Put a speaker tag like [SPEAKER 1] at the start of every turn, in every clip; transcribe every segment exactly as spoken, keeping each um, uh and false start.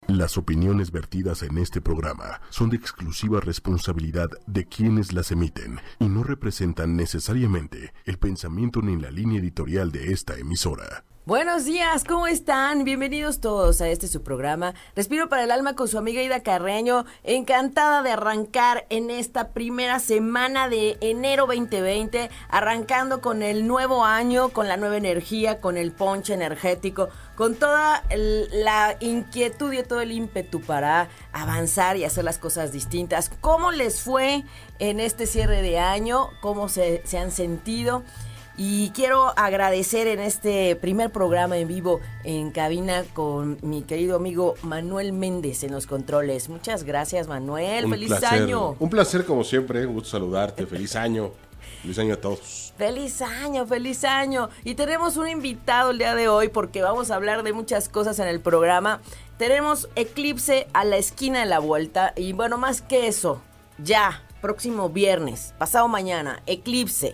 [SPEAKER 1] Las opiniones vertidas en este programa son de exclusiva responsabilidad de quienes las emiten y no representan necesariamente el pensamiento ni la línea editorial de esta emisora.
[SPEAKER 2] Buenos días, ¿cómo están? Bienvenidos todos a este su programa Respiro para el Alma con su amiga Ida Carreño. Encantada de arrancar en esta primera semana de enero veinte veinte, arrancando con el nuevo año, con la nueva energía, con el ponche energético, con toda el, la inquietud y todo el ímpetu para avanzar y hacer las cosas distintas. ¿Cómo les fue en este cierre de año? ¿Cómo se, se han sentido? Y quiero agradecer en este primer programa en vivo en cabina con mi querido amigo Manuel Méndez en los controles. Muchas gracias, Manuel.
[SPEAKER 3] Un
[SPEAKER 2] ¡Feliz
[SPEAKER 3] placer,
[SPEAKER 2] año!
[SPEAKER 3] Un placer como siempre, un gusto saludarte. Feliz año. Feliz año a todos.
[SPEAKER 2] ¡Feliz año, feliz año! Y tenemos un invitado el día de hoy porque vamos a hablar de muchas cosas en el programa. Tenemos eclipse a la esquina de la vuelta y bueno, más que eso, ya, próximo viernes, pasado mañana, eclipse.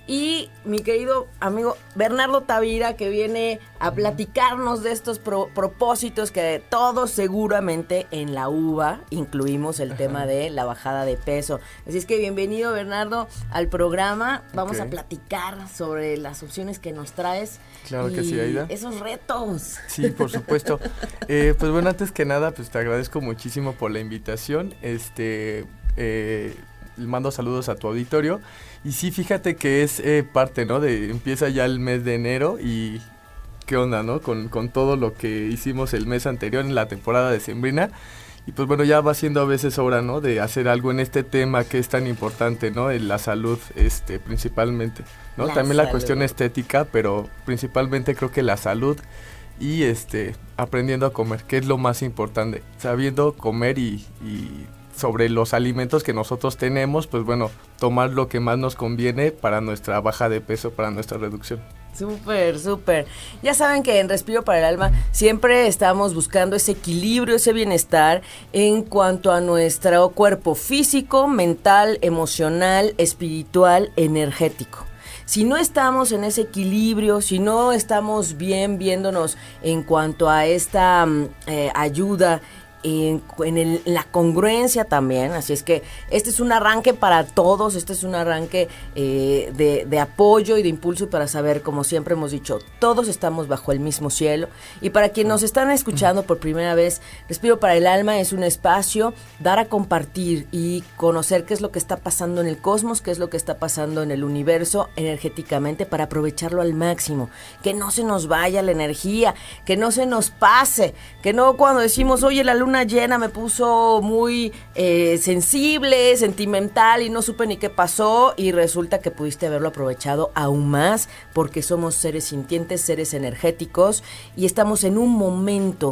[SPEAKER 2] Y mi querido amigo Bernardo Tavira, que viene a platicarnos de estos pro- propósitos que todos seguramente en la uva incluimos el Ajá. tema de la bajada de peso. Así es que bienvenido, Bernardo, al programa. Vamos okay. a platicar sobre las opciones que nos traes.
[SPEAKER 4] Claro
[SPEAKER 2] y
[SPEAKER 4] que sí, Aida.
[SPEAKER 2] Esos retos.
[SPEAKER 4] Sí, por supuesto. eh, pues bueno, antes que nada, pues te agradezco muchísimo por la invitación. Este... Eh, mando saludos a tu auditorio y sí, fíjate que es eh, parte, ¿no? De empieza ya el mes de enero y qué onda, ¿no? Con, con todo lo que hicimos el mes anterior en la temporada decembrina y pues bueno, ya va siendo a veces hora, ¿no? De hacer algo en este tema que es tan importante, ¿no? En la salud, este, principalmente, ¿no?
[SPEAKER 2] La
[SPEAKER 4] También
[SPEAKER 2] salud.
[SPEAKER 4] La cuestión estética, pero principalmente creo que la salud y este, aprendiendo a comer, que es lo más importante, sabiendo comer y, y sobre los alimentos que nosotros tenemos, pues bueno, tomar lo que más nos conviene para nuestra baja de peso, para nuestra reducción.
[SPEAKER 2] Súper, súper. Ya saben que en Respiro para el Alma siempre estamos buscando ese equilibrio, ese bienestar en cuanto a nuestro cuerpo físico, mental, emocional, espiritual, energético. Si no estamos en ese equilibrio, si no estamos bien viéndonos en cuanto a esta eh, ayuda, En, en el, la congruencia también, así es que este es un arranque para todos, este es un arranque eh, de, de apoyo y de impulso para saber, como siempre hemos dicho, todos estamos bajo el mismo cielo. Y para quienes nos están escuchando por primera vez, Respiro para el Alma es un espacio, dar a compartir y conocer qué es lo que está pasando en el cosmos, qué es lo que está pasando en el universo energéticamente para aprovecharlo al máximo, que no se nos vaya la energía, que no se nos pase, que no cuando decimos, oye, la luna llena me puso muy eh, sensible, sentimental y no supe ni qué pasó y resulta que pudiste haberlo aprovechado aún más porque somos seres sintientes, seres energéticos y estamos en un momento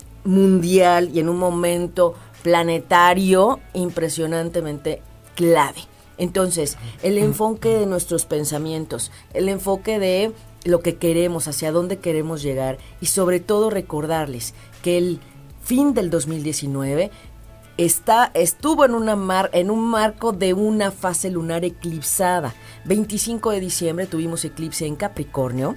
[SPEAKER 2] mundial y en un momento planetario impresionantemente clave. Entonces, el enfoque de nuestros pensamientos, el enfoque de lo que queremos, hacia dónde queremos llegar y sobre todo recordarles que el fin del dos mil diecinueve está, estuvo en, una mar, en un marco de una fase lunar eclipsada. veinticinco de diciembre tuvimos eclipse en Capricornio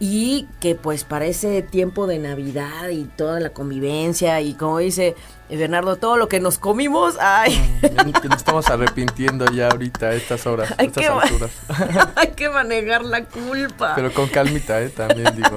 [SPEAKER 2] y que pues para ese tiempo de Navidad y toda la convivencia y como dice Bernardo, todo lo que nos comimos, ay.
[SPEAKER 4] Ay que nos estamos arrepintiendo ya ahorita a estas horas, a estas alturas.
[SPEAKER 2] Hay que manejar la culpa.
[SPEAKER 4] Pero con calmita, eh, también digo.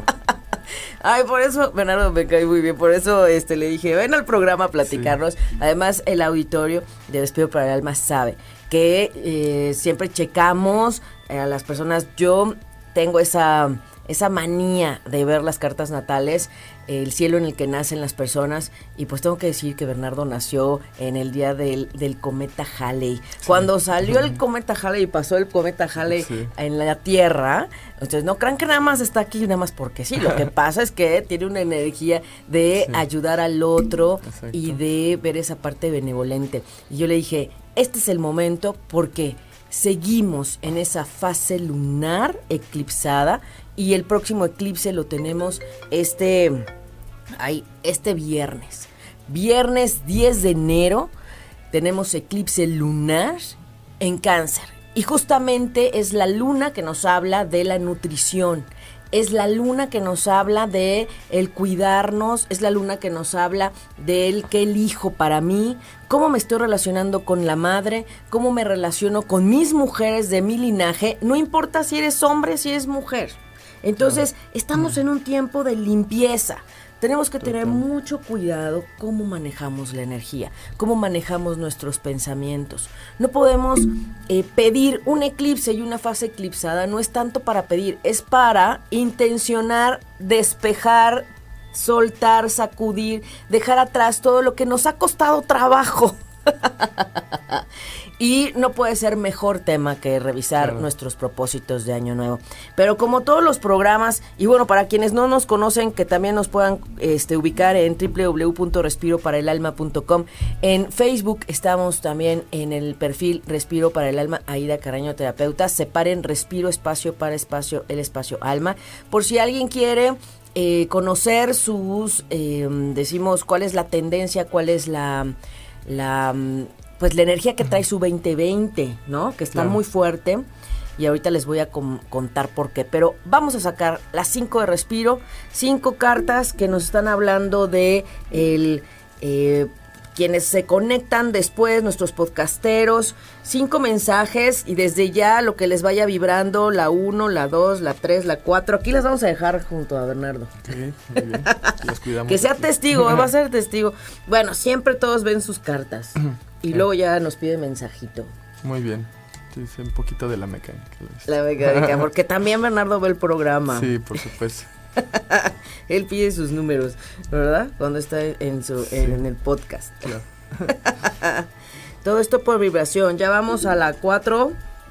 [SPEAKER 2] Ay, por eso, Bernardo me cae muy bien, por eso este le dije, ven al programa a platicarnos. Sí. Además, el auditorio de Respiro para el Alma sabe que eh, siempre checamos a las personas. Yo tengo esa, esa manía de ver las cartas natales, el cielo en el que nacen las personas, y pues tengo que decir que Bernardo nació en el día del, del cometa Halley. Sí. Cuando salió el cometa Halley y pasó el cometa Halley sí. en la Tierra, entonces no crean que nada más está aquí nada más porque sí, lo que pasa es que tiene una energía de sí. ayudar al otro. Exacto. Y de ver esa parte benevolente. Y yo le dije, este es el momento porque seguimos en esa fase lunar eclipsada y el próximo eclipse lo tenemos este, ay, este viernes. Viernes diez de enero tenemos eclipse lunar en Cáncer. Y justamente es la luna que nos habla de la nutrición. es la luna que nos habla de el cuidarnos, es la luna que nos habla del qué elijo para mí, cómo me estoy relacionando con la madre, cómo me relaciono con mis mujeres de mi linaje, no importa si eres hombre, si eres mujer. Entonces, estamos en un tiempo de limpieza. Tenemos que tener mucho cuidado cómo manejamos la energía, cómo manejamos nuestros pensamientos. No podemos eh, pedir un eclipse y una fase eclipsada, no es tanto para pedir, es para intencionar, despejar, soltar, sacudir, dejar atrás todo lo que nos ha costado trabajo. Y no puede ser mejor tema que revisar claro. nuestros propósitos de Año Nuevo. Pero como todos los programas, y bueno, para quienes no nos conocen, que también nos puedan este, ubicar en doble u doble u doble u punto respiro para el alma punto com. En Facebook estamos también en el perfil Respiro para el Alma, Aida Carreño Terapeuta. Separen Respiro, espacio para espacio, el espacio alma. Por si alguien quiere eh, conocer sus, eh, decimos, cuál es la tendencia, cuál es la... la pues la energía que trae su veinte veinte, ¿no? Que está claro. muy fuerte, y ahorita les voy a com- contar por qué. Pero vamos a sacar las cinco de Respiro, cinco cartas que nos están hablando de el, eh, quienes se conectan después, nuestros podcasteros, cinco mensajes, y desde ya lo que les vaya vibrando, la uno, la dos, la tres, la cuatro, aquí las vamos a dejar junto a Bernardo. Sí, muy bien. Los cuidamos. Que sea aquí. Testigo, va a ser testigo. Bueno, siempre todos ven sus cartas. Y luego ya nos pide mensajito.
[SPEAKER 4] Muy bien. Sí, sí, un poquito de la mecánica.
[SPEAKER 2] La mecánica, porque también Bernardo ve el programa.
[SPEAKER 4] Sí, por supuesto.
[SPEAKER 2] Él pide sus números, ¿verdad? Cuando está en su sí. en el podcast. Claro. Todo esto por vibración. Ya vamos a la cuatro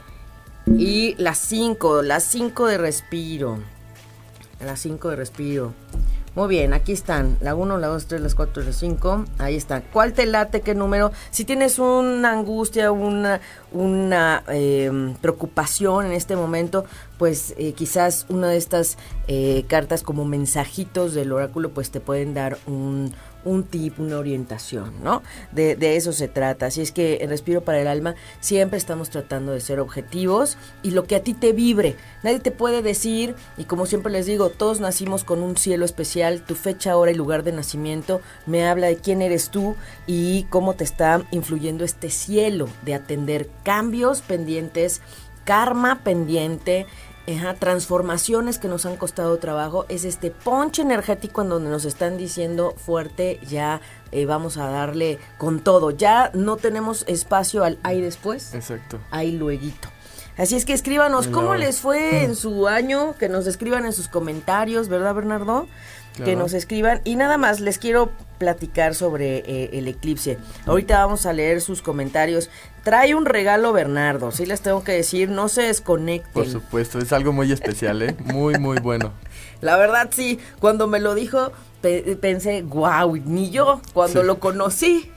[SPEAKER 2] y la cinco. La cinco de Respiro. La cinco de Respiro. Muy bien, aquí están, la uno, la dos, tres, las cuatro, la cinco, ahí están. ¿Cuál te late, qué número? Si tienes una angustia, una, una eh, preocupación en este momento, pues eh, quizás una de estas eh, cartas como mensajitos del oráculo, pues te pueden dar un, un tip, una orientación, ¿no? De, de eso se trata. Así es que en Respiro para el Alma siempre estamos tratando de ser objetivos y lo que a ti te vibre. Nadie te puede decir, y como siempre les digo, todos nacimos con un cielo especial. Tu fecha, hora y lugar de nacimiento me habla de quién eres tú y cómo te está influyendo este cielo de atender cambios pendientes, karma pendiente, Ajá, transformaciones que nos han costado trabajo. Es este ponche energético en donde nos están diciendo fuerte, ya eh, vamos a darle con todo, ya no tenemos espacio al hay después.
[SPEAKER 4] Exacto.
[SPEAKER 2] Hay lueguito. Así es que escríbanos cómo no. les fue en su año, que nos escriban en sus comentarios, ¿verdad, Bernardo? Claro. Que nos escriban. Y nada más les quiero platicar sobre eh, el eclipse. Ahorita vamos a leer sus comentarios. Trae un regalo Bernardo, sí les tengo que decir, no se desconecten.
[SPEAKER 4] Por supuesto, es algo muy especial, ¿eh? Muy, muy bueno.
[SPEAKER 2] La verdad sí, cuando me lo dijo pe- pensé, wow, ni yo cuando sí. lo conocí.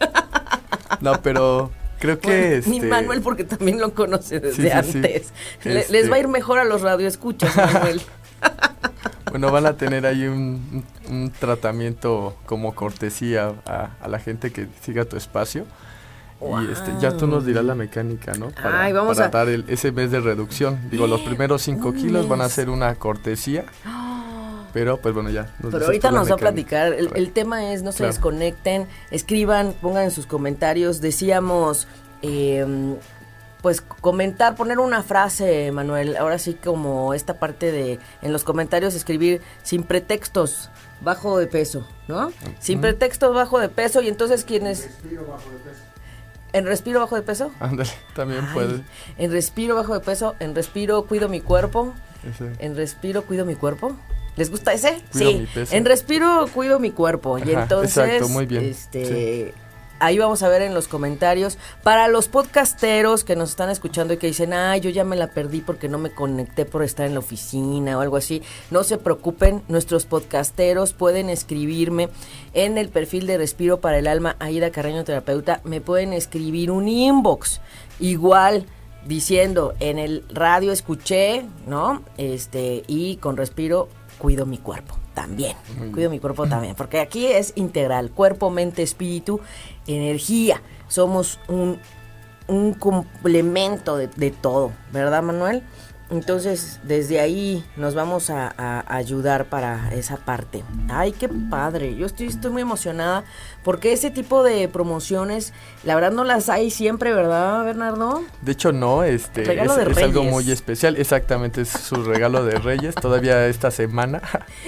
[SPEAKER 4] No, pero creo que
[SPEAKER 2] bueno,
[SPEAKER 4] este...
[SPEAKER 2] ni Manuel, porque también lo conoce desde
[SPEAKER 4] sí, sí,
[SPEAKER 2] antes.
[SPEAKER 4] Sí.
[SPEAKER 2] Le,
[SPEAKER 4] Este...
[SPEAKER 2] Les va a ir mejor a los radioescuchas, Manuel.
[SPEAKER 4] Bueno, van a tener ahí un, un, un tratamiento como cortesía a, a la gente que siga tu espacio. Wow. Y este, ya tú nos dirás la mecánica, ¿no? Para,
[SPEAKER 2] Ay, vamos
[SPEAKER 4] para
[SPEAKER 2] a...
[SPEAKER 4] dar el, ese mes de reducción. Digo, los primeros cinco kilos van a ser una cortesía. Pero, pues bueno, ya.
[SPEAKER 2] Nos Pero ahorita nos va a platicar. El, el tema es, no se claro. desconecten, escriban, pongan en sus comentarios. Decíamos, eh, pues comentar, poner una frase, Manuel. Ahora sí, como esta parte de, en los comentarios, escribir sin pretextos, bajo de peso, ¿no? Uh-huh. Sin pretextos, bajo de peso. Y entonces, ¿quiénes?
[SPEAKER 3] Respiro bajo de peso.
[SPEAKER 2] ¿En respiro bajo de peso?
[SPEAKER 4] Ándale, también Ay, puede.
[SPEAKER 2] En respiro bajo de peso, en respiro cuido mi cuerpo. Ese. En respiro cuido mi cuerpo. ¿Les gusta ese?
[SPEAKER 4] Cuido
[SPEAKER 2] sí.
[SPEAKER 4] Mi peso.
[SPEAKER 2] En respiro cuido mi cuerpo. Ajá, y entonces,
[SPEAKER 4] exacto, muy bien.
[SPEAKER 2] este, sí. Ahí vamos a ver en los comentarios. Para los podcasteros que nos están escuchando y que dicen, ay, yo ya me la perdí porque no me conecté por estar en la oficina o algo así, no se preocupen, nuestros podcasteros pueden escribirme en el perfil de Respiro para el Alma, Aida Carreño Terapeuta, me pueden escribir un inbox, igual, diciendo, en el radio escuché, ¿no? Este, y con Respiro cuido mi cuerpo. También, Muy cuido bien. mi cuerpo también, porque aquí es integral, cuerpo, mente, espíritu, energía, somos un, un complemento de, de todo, ¿verdad, Manuel? Entonces, desde ahí nos vamos a, a ayudar para esa parte. Ay, qué padre. Yo estoy, estoy muy emocionada porque ese tipo de promociones, la verdad no las hay siempre, ¿verdad, Bernardo?
[SPEAKER 4] De hecho, no. Este,
[SPEAKER 2] regalo
[SPEAKER 4] es,
[SPEAKER 2] de
[SPEAKER 4] es
[SPEAKER 2] Reyes.
[SPEAKER 4] algo muy especial. Exactamente, es su regalo de Reyes. Todavía esta semana.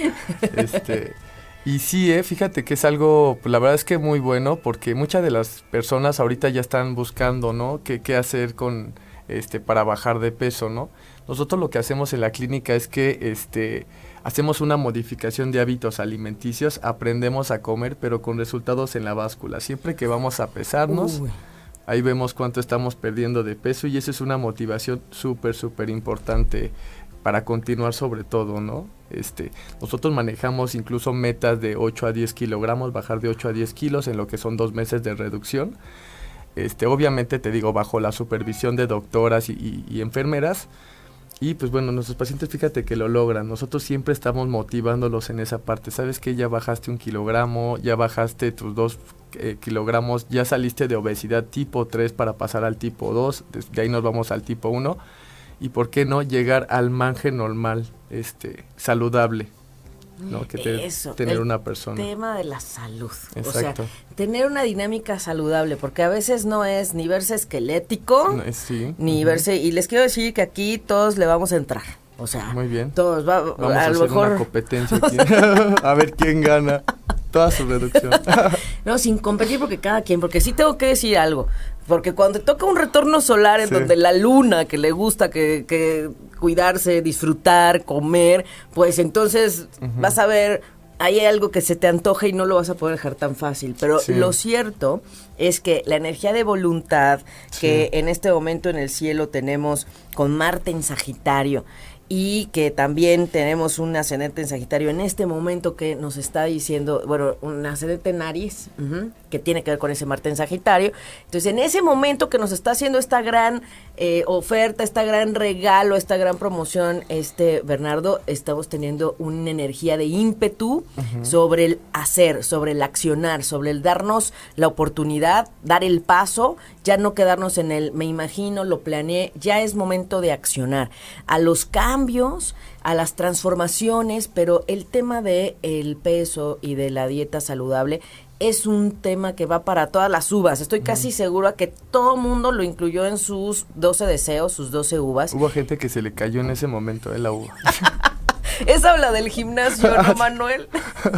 [SPEAKER 4] este... Y sí, eh, fíjate que es algo, pues, la verdad es que muy bueno, porque muchas de las personas ahorita ya están buscando, ¿no? ¿Qué, qué hacer con, este, para bajar de peso, ¿no? Nosotros lo que hacemos en la clínica es que, este, hacemos una modificación de hábitos alimenticios, aprendemos a comer, pero con resultados en la báscula. Siempre que vamos a pesarnos, Uy. ahí vemos cuánto estamos perdiendo de peso y eso es una motivación súper, súper importante para continuar sobre todo, ¿no? Este, nosotros manejamos incluso metas de ocho a diez kilogramos, bajar de ocho a diez kilos en lo que son dos meses de reducción. Este, obviamente te digo, bajo la supervisión de doctoras y, y, y enfermeras. Y pues bueno, nuestros pacientes fíjate que lo logran. Nosotros siempre estamos motivándolos en esa parte. ¿Sabes qué? Ya bajaste un kilogramo, ya bajaste tus dos eh, kilogramos, ya saliste de obesidad tipo tres para pasar al tipo dos, de ahí nos vamos al tipo uno. Y por qué no llegar al manje normal, este, saludable, ¿no? Que te,
[SPEAKER 2] Eso,
[SPEAKER 4] tener una persona.
[SPEAKER 2] El tema de la salud.
[SPEAKER 4] Exacto.
[SPEAKER 2] O sea, tener una dinámica saludable, porque a veces no es ni verse esquelético,
[SPEAKER 4] no, es, sí.
[SPEAKER 2] ni
[SPEAKER 4] uh-huh.
[SPEAKER 2] verse, y les quiero decir que aquí todos le vamos a entrar. O sea,
[SPEAKER 4] muy bien.
[SPEAKER 2] Todos va,
[SPEAKER 4] vamos
[SPEAKER 2] a,
[SPEAKER 4] a,
[SPEAKER 2] a
[SPEAKER 4] hacer
[SPEAKER 2] lo mejor
[SPEAKER 4] una competencia aquí. A ver quién gana toda su reducción.
[SPEAKER 2] No, sin competir porque cada quien, porque sí tengo que decir algo, porque cuando te toca un retorno solar en sí. donde la luna, que le gusta que, que cuidarse, disfrutar, comer, pues entonces uh-huh. vas a ver, hay algo que se te antoja y no lo vas a poder dejar tan fácil, pero sí. lo cierto es que la energía de voluntad sí. que en este momento en el cielo tenemos con Marte en Sagitario, y que también tenemos un ascendente en Sagitario en este momento que nos está diciendo, bueno, un ascendente en Aries, uh-huh, que tiene que ver con ese Marte en Sagitario. Entonces, en ese momento que nos está haciendo esta gran eh, oferta, esta gran regalo, esta gran promoción, este Bernardo, estamos teniendo una energía de ímpetu uh-huh. sobre el hacer, sobre el accionar, sobre el darnos la oportunidad, dar el paso, ya no quedarnos en el me imagino, lo planeé, ya es momento de accionar. A los cambios, a las transformaciones, pero el tema de el peso y de la dieta saludable es un tema que va para todas las uvas. Estoy casi mm. segura que todo mundo lo incluyó en sus doce deseos, sus doce uvas.
[SPEAKER 4] Hubo gente que se le cayó en ese momento de la uva.
[SPEAKER 2] Esa habla del gimnasio, ¿no, Manuel?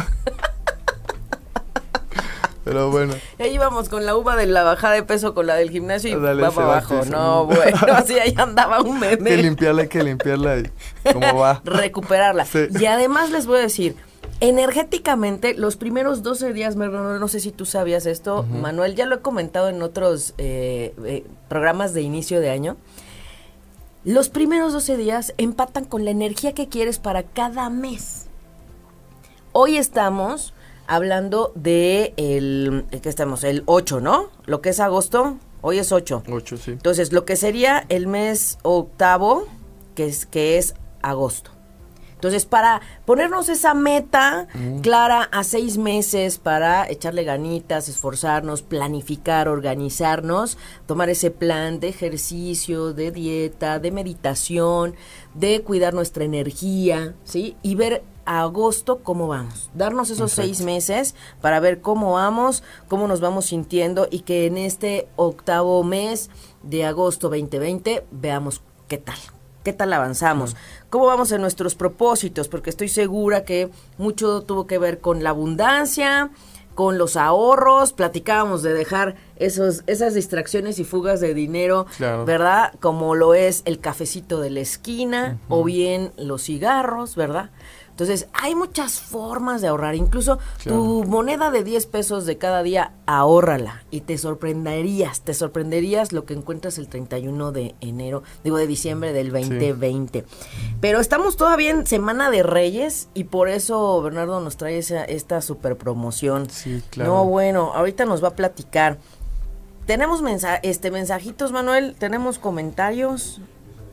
[SPEAKER 4] Pero bueno.
[SPEAKER 2] Y ahí íbamos con la uva de la bajada de peso con la del gimnasio y
[SPEAKER 4] Dale,
[SPEAKER 2] va para abajo. No, bueno, así ahí andaba un meme.
[SPEAKER 4] Hay que limpiarla, hay que limpiarla y cómo va.
[SPEAKER 2] Recuperarla.
[SPEAKER 4] Sí.
[SPEAKER 2] Y además les voy a decir, energéticamente, los primeros doce días, no, no sé si tú sabías esto, uh-huh. Manuel, ya lo he comentado en otros eh, eh, programas de inicio de año. Los primeros doce días empatan con la energía que quieres para cada mes. Hoy estamos hablando de el, ¿qué estamos? El ocho, ¿no? Lo que es agosto, hoy es ocho.
[SPEAKER 4] ocho, sí.
[SPEAKER 2] Entonces, lo que sería el mes octavo, que es, que es agosto. Entonces, para ponernos esa meta mm. clara a seis meses, para echarle ganitas, esforzarnos, planificar, organizarnos, tomar ese plan de ejercicio, de dieta, de meditación, de cuidar nuestra energía, ¿sí? Y ver a agosto cómo vamos, darnos esos Exacto. seis meses para ver cómo vamos, cómo nos vamos sintiendo y que en este octavo mes de agosto veinte veinte veamos qué tal, qué tal avanzamos, uh-huh. cómo vamos en nuestros propósitos, porque estoy segura que mucho tuvo que ver con la abundancia, con los ahorros, platicábamos de dejar esos esas distracciones y fugas de dinero, claro. ¿verdad? Como lo es el cafecito de la esquina uh-huh. o bien los cigarros, ¿verdad? Entonces, hay muchas formas de ahorrar. Incluso claro. tu moneda de diez pesos de cada día, ahórrala. Y te sorprenderías, te sorprenderías lo que encuentras el treinta y uno de enero, digo, de diciembre del veinte veinte. Sí. Pero estamos todavía en Semana de Reyes y por eso Bernardo nos trae esa, esta super promoción.
[SPEAKER 4] Sí, claro.
[SPEAKER 2] No, bueno, ahorita nos va a platicar. Tenemos mensa- este mensajitos, Manuel, tenemos comentarios.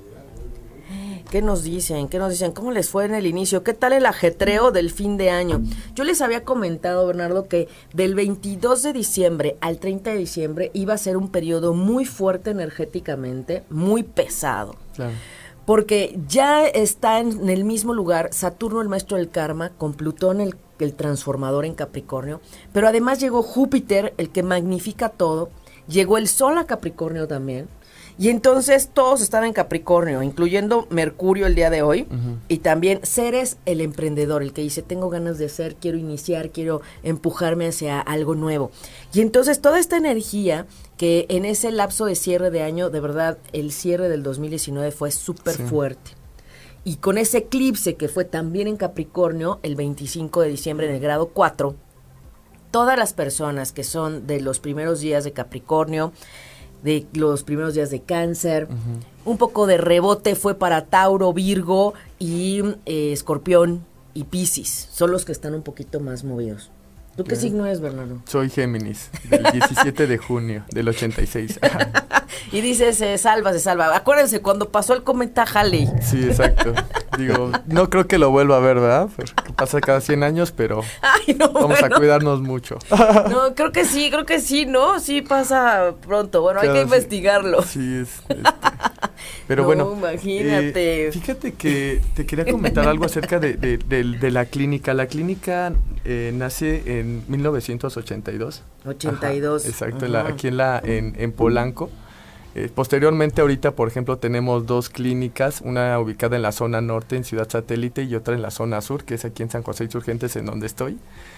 [SPEAKER 2] ¿Qué nos dicen? ¿Qué nos dicen? ¿Cómo les fue en el inicio? ¿Qué tal el ajetreo del fin de año? Yo les había comentado, Bernardo, que del veintidós de diciembre al treinta de diciembre iba a ser un periodo muy fuerte energéticamente, muy pesado.
[SPEAKER 4] Claro.
[SPEAKER 2] porque ya está en el mismo lugar Saturno, el maestro del karma, con Plutón, el, el transformador en Capricornio, pero además llegó Júpiter, el que magnifica todo, llegó el Sol a Capricornio también, y entonces todos están en Capricornio, incluyendo Mercurio el día de hoy, uh-huh. y también Ceres, el emprendedor, el que dice, tengo ganas de hacer, quiero iniciar, quiero empujarme hacia algo nuevo. Y entonces toda esta energía que en ese lapso de cierre de año, de verdad, el cierre del dos mil diecinueve fue súper sí. fuerte. Y con ese eclipse que fue también en Capricornio, el veinticinco de diciembre en el grado cuatro, todas las personas que son de los primeros días de Capricornio, de los primeros días de Cáncer, uh-huh. un poco de rebote fue para Tauro, Virgo y eh, Escorpión y Piscis, son los que están un poquito más movidos. ¿Tú qué, qué signo eres, Bernardo?
[SPEAKER 4] Soy Géminis, del diecisiete de junio del ochenta y seis.
[SPEAKER 2] Y dice, se salva, se salva. Acuérdense, cuando pasó el cometa Halley.
[SPEAKER 4] Sí, exacto. Digo, no creo que lo vuelva a ver, ¿verdad? Porque pasa cada cien años, pero
[SPEAKER 2] Ay, no,
[SPEAKER 4] vamos
[SPEAKER 2] bueno.
[SPEAKER 4] a cuidarnos mucho.
[SPEAKER 2] No, creo que sí, creo que sí, ¿no? Sí pasa pronto. Bueno, claro, hay que sí. investigarlo.
[SPEAKER 4] Sí, es... Este, pero
[SPEAKER 2] no,
[SPEAKER 4] bueno,
[SPEAKER 2] imagínate.
[SPEAKER 4] Eh, fíjate que te quería comentar algo acerca de, de, de, de la clínica. La clínica eh, nace en mil novecientos ochenta y dos.
[SPEAKER 2] ochenta y dos.
[SPEAKER 4] Ajá, exacto, la, aquí en, la, en, en Polanco. Eh, posteriormente, ahorita, por ejemplo, tenemos dos clínicas, una ubicada en la zona norte, en Ciudad Satélite, y otra en la zona sur, que es aquí en San José Insurgentes, en donde estoy.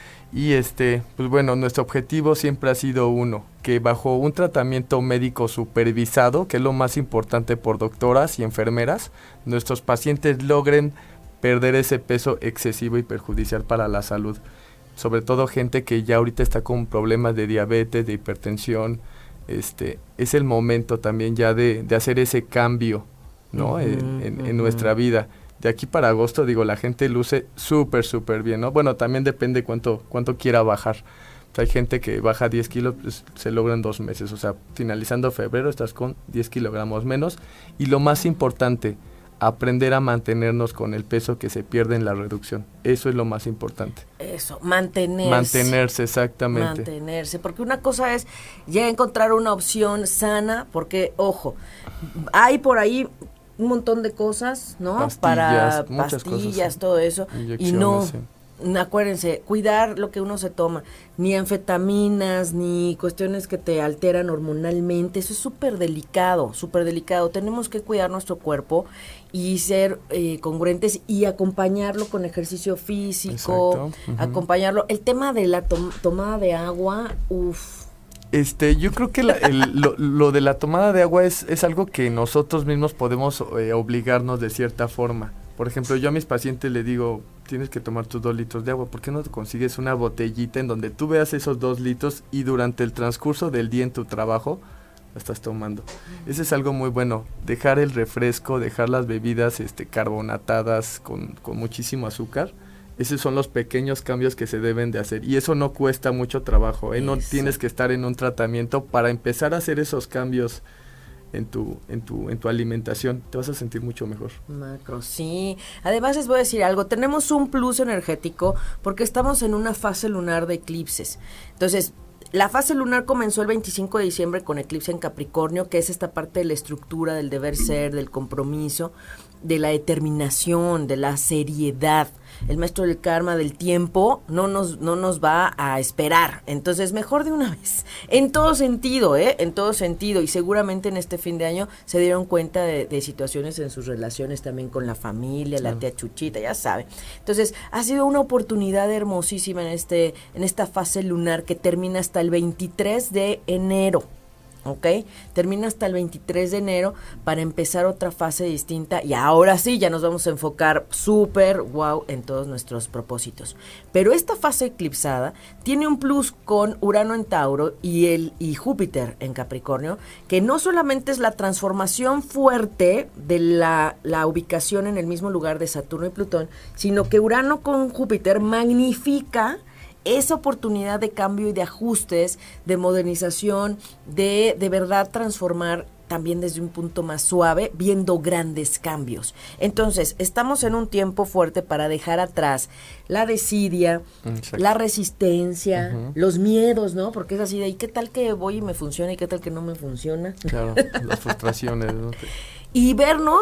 [SPEAKER 4] Y este, pues bueno, nuestro objetivo siempre ha sido uno, que bajo un tratamiento médico supervisado, que es lo más importante por doctoras y enfermeras, nuestros pacientes logren perder ese peso excesivo y perjudicial para la salud. Sobre todo gente que ya ahorita está con problemas de diabetes, de hipertensión. Este, es el momento también ya de, de hacer ese cambio, ¿no? Uh-huh, en, en, uh-huh. en nuestra vida. De aquí para agosto, digo, la gente luce súper, súper bien, ¿no? Bueno, también depende cuánto, cuánto quiera bajar. O sea, hay gente que baja diez kilos, pues, se logra en dos meses. O sea, finalizando febrero estás con diez kilogramos menos. Y lo más importante, aprender a mantenernos con el peso que se pierde en la reducción. Eso es lo más importante.
[SPEAKER 2] Eso, mantenerse.
[SPEAKER 4] Mantenerse, exactamente.
[SPEAKER 2] Mantenerse, porque una cosa es ya encontrar una opción sana, porque, ojo, hay por ahí un montón de cosas, ¿no?
[SPEAKER 4] Pastillas,
[SPEAKER 2] para
[SPEAKER 4] muchas
[SPEAKER 2] pastillas,
[SPEAKER 4] cosas,
[SPEAKER 2] todo eso. Y no, sí. acuérdense, cuidar lo que uno se toma, ni anfetaminas, ni cuestiones que te alteran hormonalmente, eso es súper delicado, súper delicado. Tenemos que cuidar nuestro cuerpo y ser eh, congruentes y acompañarlo con ejercicio físico, uh-huh. acompañarlo. El tema de la tom- tomada de agua, uff.
[SPEAKER 4] Este, yo creo que la, el, lo, lo de la tomada de agua es, es algo que nosotros mismos podemos eh, obligarnos de cierta forma. Por ejemplo, yo a mis pacientes les digo, tienes que tomar tus dos litros de agua. ¿Por qué no te consigues una botellita en donde tú veas esos dos litros y durante el transcurso del día en tu trabajo la estás tomando? Ese es algo muy bueno, dejar el refresco, dejar las bebidas este, carbonatadas con, con muchísimo azúcar. Esos son los pequeños cambios que se deben de hacer y eso no cuesta mucho trabajo, ¿eh? No tienes que estar en un tratamiento para empezar a hacer esos cambios en tu en tu en tu alimentación, te vas a sentir mucho mejor.
[SPEAKER 2] Macro, sí. Además les voy a decir algo, tenemos un plus energético porque estamos en una fase lunar de eclipses. Entonces, la fase lunar comenzó el veinticinco de diciembre con eclipse en Capricornio, que es esta parte de la estructura, del deber ser, del compromiso, de la determinación, de la seriedad. El maestro del karma, del tiempo, no nos, no nos va a esperar. Entonces, mejor de una vez. En todo sentido, ¿eh? En todo sentido. Y seguramente en este fin de año se dieron cuenta de, de situaciones en sus relaciones también con la familia, sí. La tía Chuchita, ya sabe. Entonces, ha sido una oportunidad hermosísima en, este, en esta fase lunar que termina hasta el veintitrés de enero. ¿Ok? Termina hasta el veintitrés de enero para empezar otra fase distinta y ahora sí ya nos vamos a enfocar súper wow en todos nuestros propósitos. Pero esta fase eclipsada tiene un plus con Urano en Tauro y, el, y Júpiter en Capricornio, que no solamente es la transformación fuerte de la, la ubicación en el mismo lugar de Saturno y Plutón, sino que Urano con Júpiter magnifica esa oportunidad de cambio y de ajustes, de modernización, de de verdad transformar también desde un punto más suave, viendo grandes cambios. Entonces, estamos en un tiempo fuerte para dejar atrás la desidia, exacto, la resistencia, uh-huh, los miedos, ¿no? Porque es así de, ¿y qué tal que voy y me funciona y qué tal que no me funciona?
[SPEAKER 4] Claro, las frustraciones, ¿no?
[SPEAKER 2] Y vernos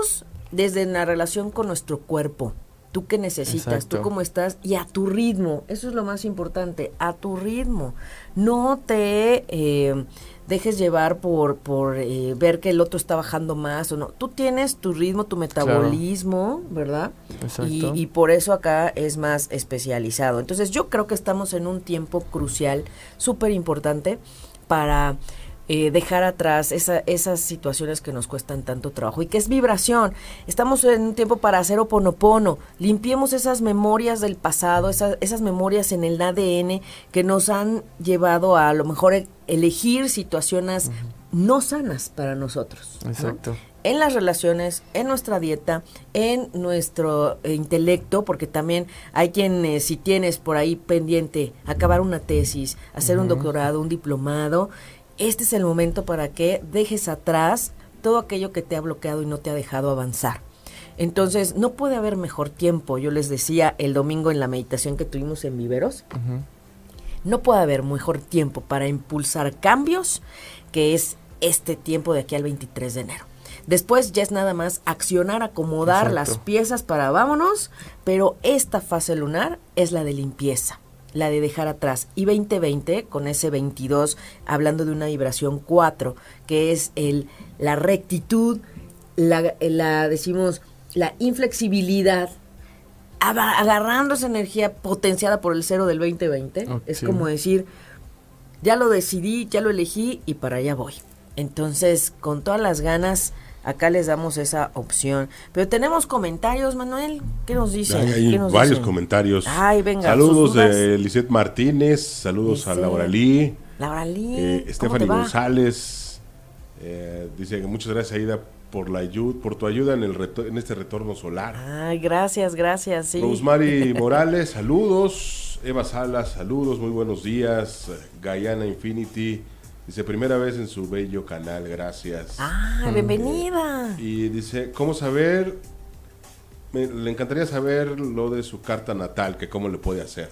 [SPEAKER 2] desde la relación con nuestro cuerpo. Tú qué necesitas,
[SPEAKER 4] Exacto.
[SPEAKER 2] tú cómo estás y a tu ritmo. Eso es lo más importante, a tu ritmo. No te eh, dejes llevar por, por eh, ver que el otro está bajando más o no. Tú tienes tu ritmo, tu metabolismo, claro. ¿verdad?
[SPEAKER 4] Exacto.
[SPEAKER 2] Y, y por eso acá es más especializado. Entonces yo creo que estamos en un tiempo crucial, súper importante para... Eh, dejar atrás esa, esas situaciones que nos cuestan tanto trabajo y que es vibración. Estamos en un tiempo para hacer oponopono. Limpiemos esas memorias del pasado, esas, esas memorias en el A D N que nos han llevado a, a lo mejor e- elegir situaciones uh-huh. no sanas para nosotros.
[SPEAKER 4] Exacto.
[SPEAKER 2] ¿no? En las relaciones, en nuestra dieta, en nuestro eh, intelecto, porque también hay quien, eh, si tienes por ahí pendiente acabar una tesis, hacer uh-huh. un doctorado, un diplomado, este es el momento para que dejes atrás todo aquello que te ha bloqueado y no te ha dejado avanzar. Entonces, no puede haber mejor tiempo. Yo les decía el domingo en la meditación que tuvimos en Viveros, uh-huh. no puede haber mejor tiempo para impulsar cambios que es este tiempo de aquí al veintitrés de enero. Después ya es nada más accionar, acomodar Exacto. las piezas para vámonos, pero esta fase lunar es la de limpieza. La de dejar atrás. Y veinte veinte, con ese veintidós, hablando de una vibración cuatro, que es el la rectitud, la, la decimos, la inflexibilidad, agarrando esa energía potenciada por el cero del veinte veinte. Okay. Es como decir, ya lo decidí, ya lo elegí y para allá voy. Entonces, con todas las ganas... Acá les damos esa opción. Pero tenemos comentarios, Manuel. ¿Qué nos dicen?
[SPEAKER 3] Hay, hay
[SPEAKER 2] ¿Qué nos
[SPEAKER 3] varios
[SPEAKER 2] dicen?
[SPEAKER 3] comentarios.
[SPEAKER 2] Ay, venga.
[SPEAKER 3] Saludos de Lisette Martínez. Saludos
[SPEAKER 2] Ese.
[SPEAKER 3] a Laura Lee.
[SPEAKER 2] Laura Lee.
[SPEAKER 3] Eh, Stephanie González. Eh, dice que muchas gracias, Aida, por la ayuda, por tu ayuda en el reto- en este retorno solar.
[SPEAKER 2] Ay, gracias, gracias. Sí.
[SPEAKER 3] Rosemary Morales, saludos. Eva Salas, saludos. Muy buenos días. Guyana Infinity. Dice, primera vez en su bello canal, gracias.
[SPEAKER 2] Ah, bienvenida.
[SPEAKER 3] Eh, y dice, ¿cómo saber? Me, le encantaría saber lo de su carta natal, que cómo le puede hacer.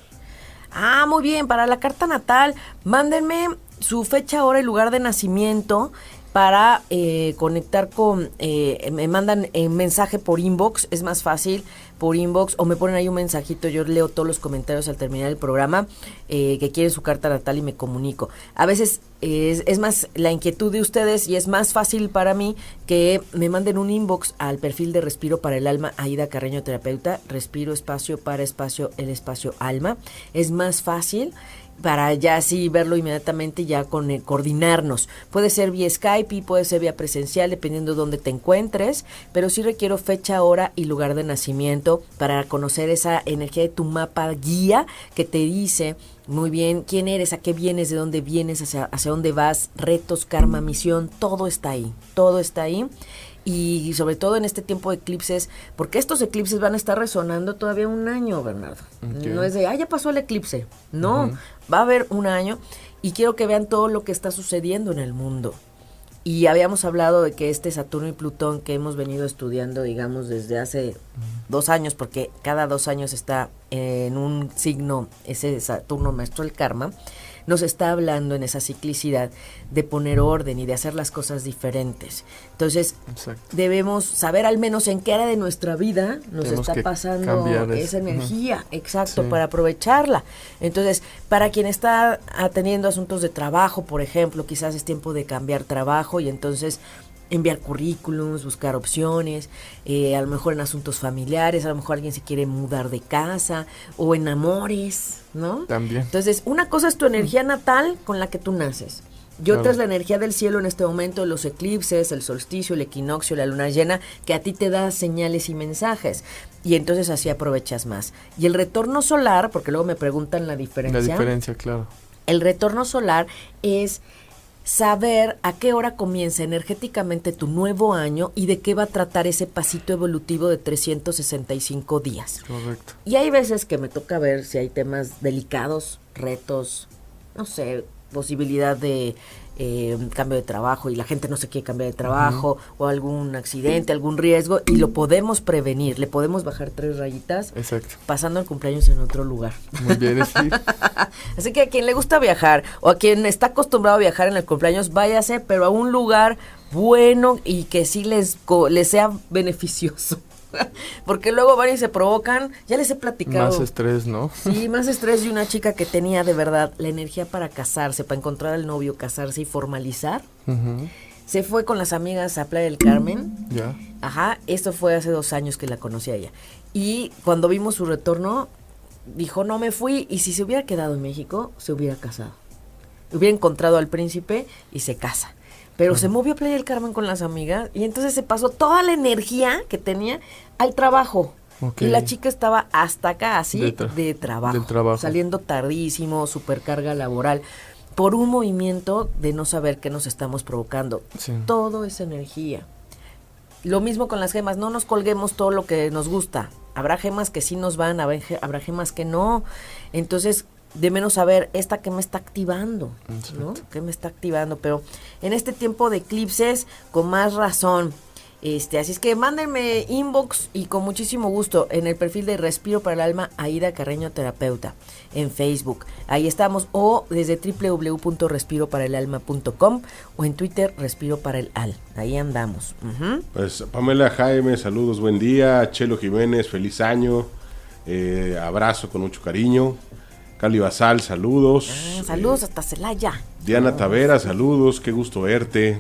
[SPEAKER 2] Ah, muy bien, para la carta natal, mándenme su fecha, hora y lugar de nacimiento para eh, conectar con, eh, me mandan un mensaje por inbox, es más fácil por inbox, o me ponen ahí un mensajito, yo leo todos los comentarios al terminar el programa, eh, que quieren su carta natal y me comunico. A veces eh, es, es más la inquietud de ustedes y es más fácil para mí que me manden un inbox al perfil de Respiro para el Alma, Aida Carreño Terapeuta, Respiro espacio para espacio, el espacio alma, es más fácil para ya así verlo inmediatamente y ya con, eh, coordinarnos. Puede ser vía Skype y puede ser vía presencial, dependiendo de dónde te encuentres, pero sí requiero fecha, hora y lugar de nacimiento para conocer esa energía de tu mapa guía que te dice muy bien quién eres, a qué vienes, de dónde vienes, hacia, hacia dónde vas, retos, karma, misión, todo está ahí, todo está ahí. Y sobre todo en este tiempo de eclipses, porque estos eclipses van a estar resonando todavía un año, Bernardo. Okay. No es de, ah, ya pasó el eclipse. No, uh-huh. va a haber un año y quiero que vean todo lo que está sucediendo en el mundo. Y habíamos hablado de que este Saturno y Plutón que hemos venido estudiando, digamos, desde hace uh-huh. dos años, porque cada dos años está en un signo, ese Saturno maestro del karma, nos está hablando en esa ciclicidad de poner orden y de hacer las cosas diferentes. Entonces, Exacto. debemos saber al menos en qué área de nuestra vida nos Tenemos está pasando esa energía, uh-huh. exacto, sí. para aprovecharla. Entonces, para quien está atendiendo asuntos de trabajo, por ejemplo, quizás es tiempo de cambiar trabajo y entonces enviar currículums, buscar opciones, eh, a lo mejor en asuntos familiares, a lo mejor alguien se quiere mudar de casa o en amores, ¿no?
[SPEAKER 4] También.
[SPEAKER 2] Entonces, una cosa es tu energía natal con la que tú naces y claro. otra es la energía del cielo en este momento, los eclipses, el solsticio, el equinoccio, la luna llena, que a ti te da señales y mensajes y entonces así aprovechas más. Y el retorno solar, porque luego me preguntan la diferencia.
[SPEAKER 4] La diferencia, claro.
[SPEAKER 2] El retorno solar es saber a qué hora comienza energéticamente tu nuevo año y de qué va a tratar ese pasito evolutivo de trescientos sesenta y cinco días.
[SPEAKER 4] Correcto.
[SPEAKER 2] Y hay veces que me toca ver si hay temas delicados, retos, no sé, posibilidad de eh, cambio de trabajo y la gente no se quiere cambiar de trabajo uh-huh. o algún accidente, algún riesgo y lo podemos prevenir, le podemos bajar tres rayitas.
[SPEAKER 4] Exacto.
[SPEAKER 2] Pasando el cumpleaños en otro lugar.
[SPEAKER 4] Muy bien, sí.
[SPEAKER 2] Así que a quien le gusta viajar o a quien está acostumbrado a viajar en el cumpleaños, váyase, pero a un lugar bueno y que sí les, les sea beneficioso. Porque luego van y se provocan, ya les he platicado.
[SPEAKER 4] Más estrés, ¿no?
[SPEAKER 2] Sí, más estrés de una chica que tenía de verdad la energía para casarse, para encontrar al novio, casarse y formalizar. Uh-huh. Se fue con las amigas a Playa del Carmen.
[SPEAKER 4] Ya. Yeah.
[SPEAKER 2] Ajá, esto fue hace dos años que la conocí a ella. Y cuando vimos su retorno, dijo, no me fui. Y si se hubiera quedado en México, se hubiera casado. Hubiera encontrado al príncipe y se casa. Pero uh-huh. se movió a Playa del Carmen con las amigas y entonces se pasó toda la energía que tenía al trabajo. Okay. Y la chica estaba hasta acá, así, de, tra- de trabajo,
[SPEAKER 4] trabajo.
[SPEAKER 2] Saliendo tardísimo, supercarga laboral, por un movimiento de no saber qué nos estamos provocando. Sí. Todo es energía. Lo mismo con las gemas, no nos colguemos todo lo que nos gusta. Habrá gemas que sí nos van, habrá gemas que no. Entonces, de menos saber esta que me está activando, ¿no? Que me está activando, pero en este tiempo de eclipses, con más razón, este, así es que mándenme inbox y con muchísimo gusto en el perfil de Respiro para el Alma, Aida Carreño Terapeuta, en Facebook, ahí estamos, o desde doble u doble u doble u punto respiro para el alma punto com o en Twitter, Respiro para el Al, ahí andamos. Uh-huh.
[SPEAKER 3] Pues Pamela Jaime, saludos, buen día, Chelo Jiménez, feliz año, eh, abrazo con mucho cariño. Cali Basal, saludos.
[SPEAKER 2] Ah, saludos eh, hasta Celaya.
[SPEAKER 3] Diana Tavera, saludos, qué gusto verte.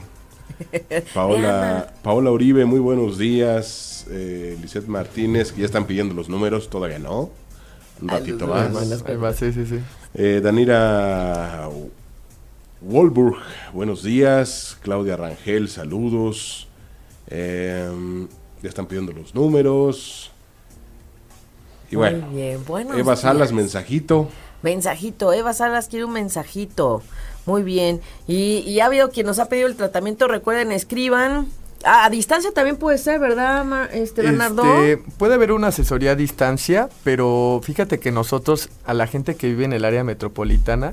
[SPEAKER 3] Paola, Paola Uribe, muy buenos días. Eh, Lisette Martínez, que ya están pidiendo los números, todavía no. Un ratito más.
[SPEAKER 4] más. Sí, sí, sí.
[SPEAKER 3] Eh, Danira Wolburg, buenos días. Claudia Rangel, saludos. Eh, ya están pidiendo los números. Y
[SPEAKER 2] muy
[SPEAKER 3] bueno,
[SPEAKER 2] bien, buenos
[SPEAKER 3] Eva
[SPEAKER 2] días.
[SPEAKER 3] Salas, mensajito.
[SPEAKER 2] Mensajito, Eva Salas quiere un mensajito. Muy bien. Y, y ha habido quien nos ha pedido el tratamiento, recuerden, escriban. Ah, a distancia también puede ser, ¿verdad, Mar- este, Bernardo?
[SPEAKER 4] Este, puede haber una asesoría a distancia, pero fíjate que nosotros, a la gente que vive en el área metropolitana,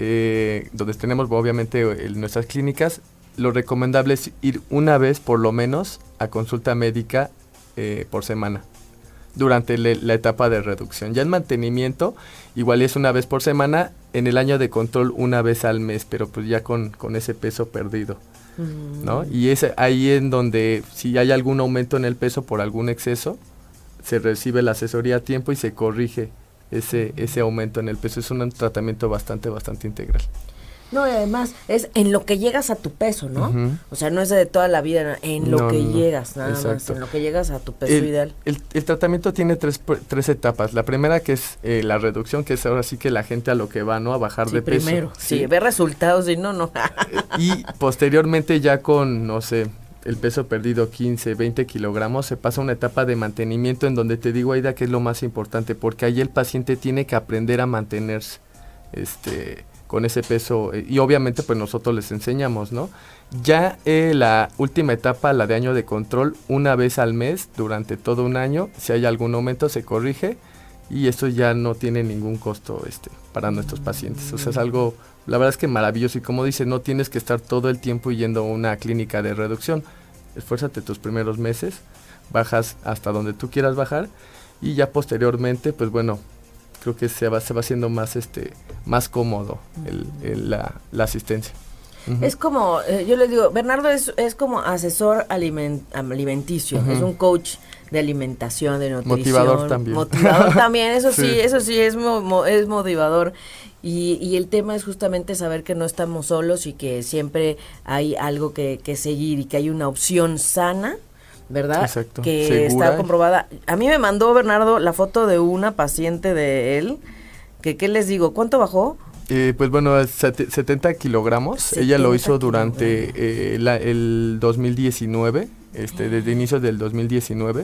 [SPEAKER 4] eh, donde tenemos obviamente el, nuestras clínicas, lo recomendable es ir una vez por lo menos a consulta médica eh, por semana, durante le, la etapa de reducción. Ya en mantenimiento, igual es una vez por semana, en el año de control una vez al mes, pero pues ya con, con ese peso perdido, mm. ¿no? Y es ahí en donde, si hay algún aumento en el peso por algún exceso, se recibe la asesoría a tiempo y se corrige ese, ese aumento en el peso. Es un tratamiento bastante, bastante integral.
[SPEAKER 2] No, y además es en lo que llegas a tu peso, ¿no? Uh-huh. O sea, no es de toda la vida, en lo no, que no, llegas, nada exacto. más, en lo que llegas a tu peso
[SPEAKER 4] el,
[SPEAKER 2] ideal.
[SPEAKER 4] El, el tratamiento tiene tres, tres etapas. La primera que es eh, la reducción, que es ahora sí que la gente a lo que va, ¿no? A bajar
[SPEAKER 2] sí,
[SPEAKER 4] de peso.
[SPEAKER 2] Primero, sí, sí, ve resultados y no, no.
[SPEAKER 4] Y posteriormente ya con, no sé, el peso perdido quince, veinte kilogramos, se pasa a una etapa de mantenimiento en donde te digo, Aida, que es lo más importante, porque ahí el paciente tiene que aprender a mantenerse, este... con ese peso, y obviamente pues nosotros les enseñamos, ¿no? Ya eh, la última etapa, la de año de control, una vez al mes, durante todo un año, si hay algún aumento se corrige, y esto ya no tiene ningún costo este para nuestros pacientes. O sea, es algo, la verdad es que maravilloso, y como dice, no tienes que estar todo el tiempo yendo a una clínica de reducción. Esfuérzate tus primeros meses, bajas hasta donde tú quieras bajar, y ya posteriormente, pues bueno, creo que se va, se va haciendo más este más cómodo el, el, la, la asistencia. Uh-huh.
[SPEAKER 2] Es como, eh, yo les digo, Bernardo es, es como asesor aliment, alimenticio, uh-huh. es un coach de alimentación, de nutrición.
[SPEAKER 4] Motivador también.
[SPEAKER 2] Motivador también, eso sí, sí eso sí es, mo, es motivador. Y, y el tema es justamente saber que no estamos solos y que siempre hay algo que, que seguir y que hay una opción sana, ¿verdad?
[SPEAKER 4] Exacto.
[SPEAKER 2] Que
[SPEAKER 4] ¿Segura?
[SPEAKER 2] Está comprobada. A mí me mandó Bernardo la foto de una paciente de él, que ¿qué les digo? ¿Cuánto bajó?
[SPEAKER 4] Eh, pues bueno, setenta kilogramos. setenta Ella lo hizo durante eh, la, el dos mil diecinueve, este, desde inicios del dos mil diecinueve.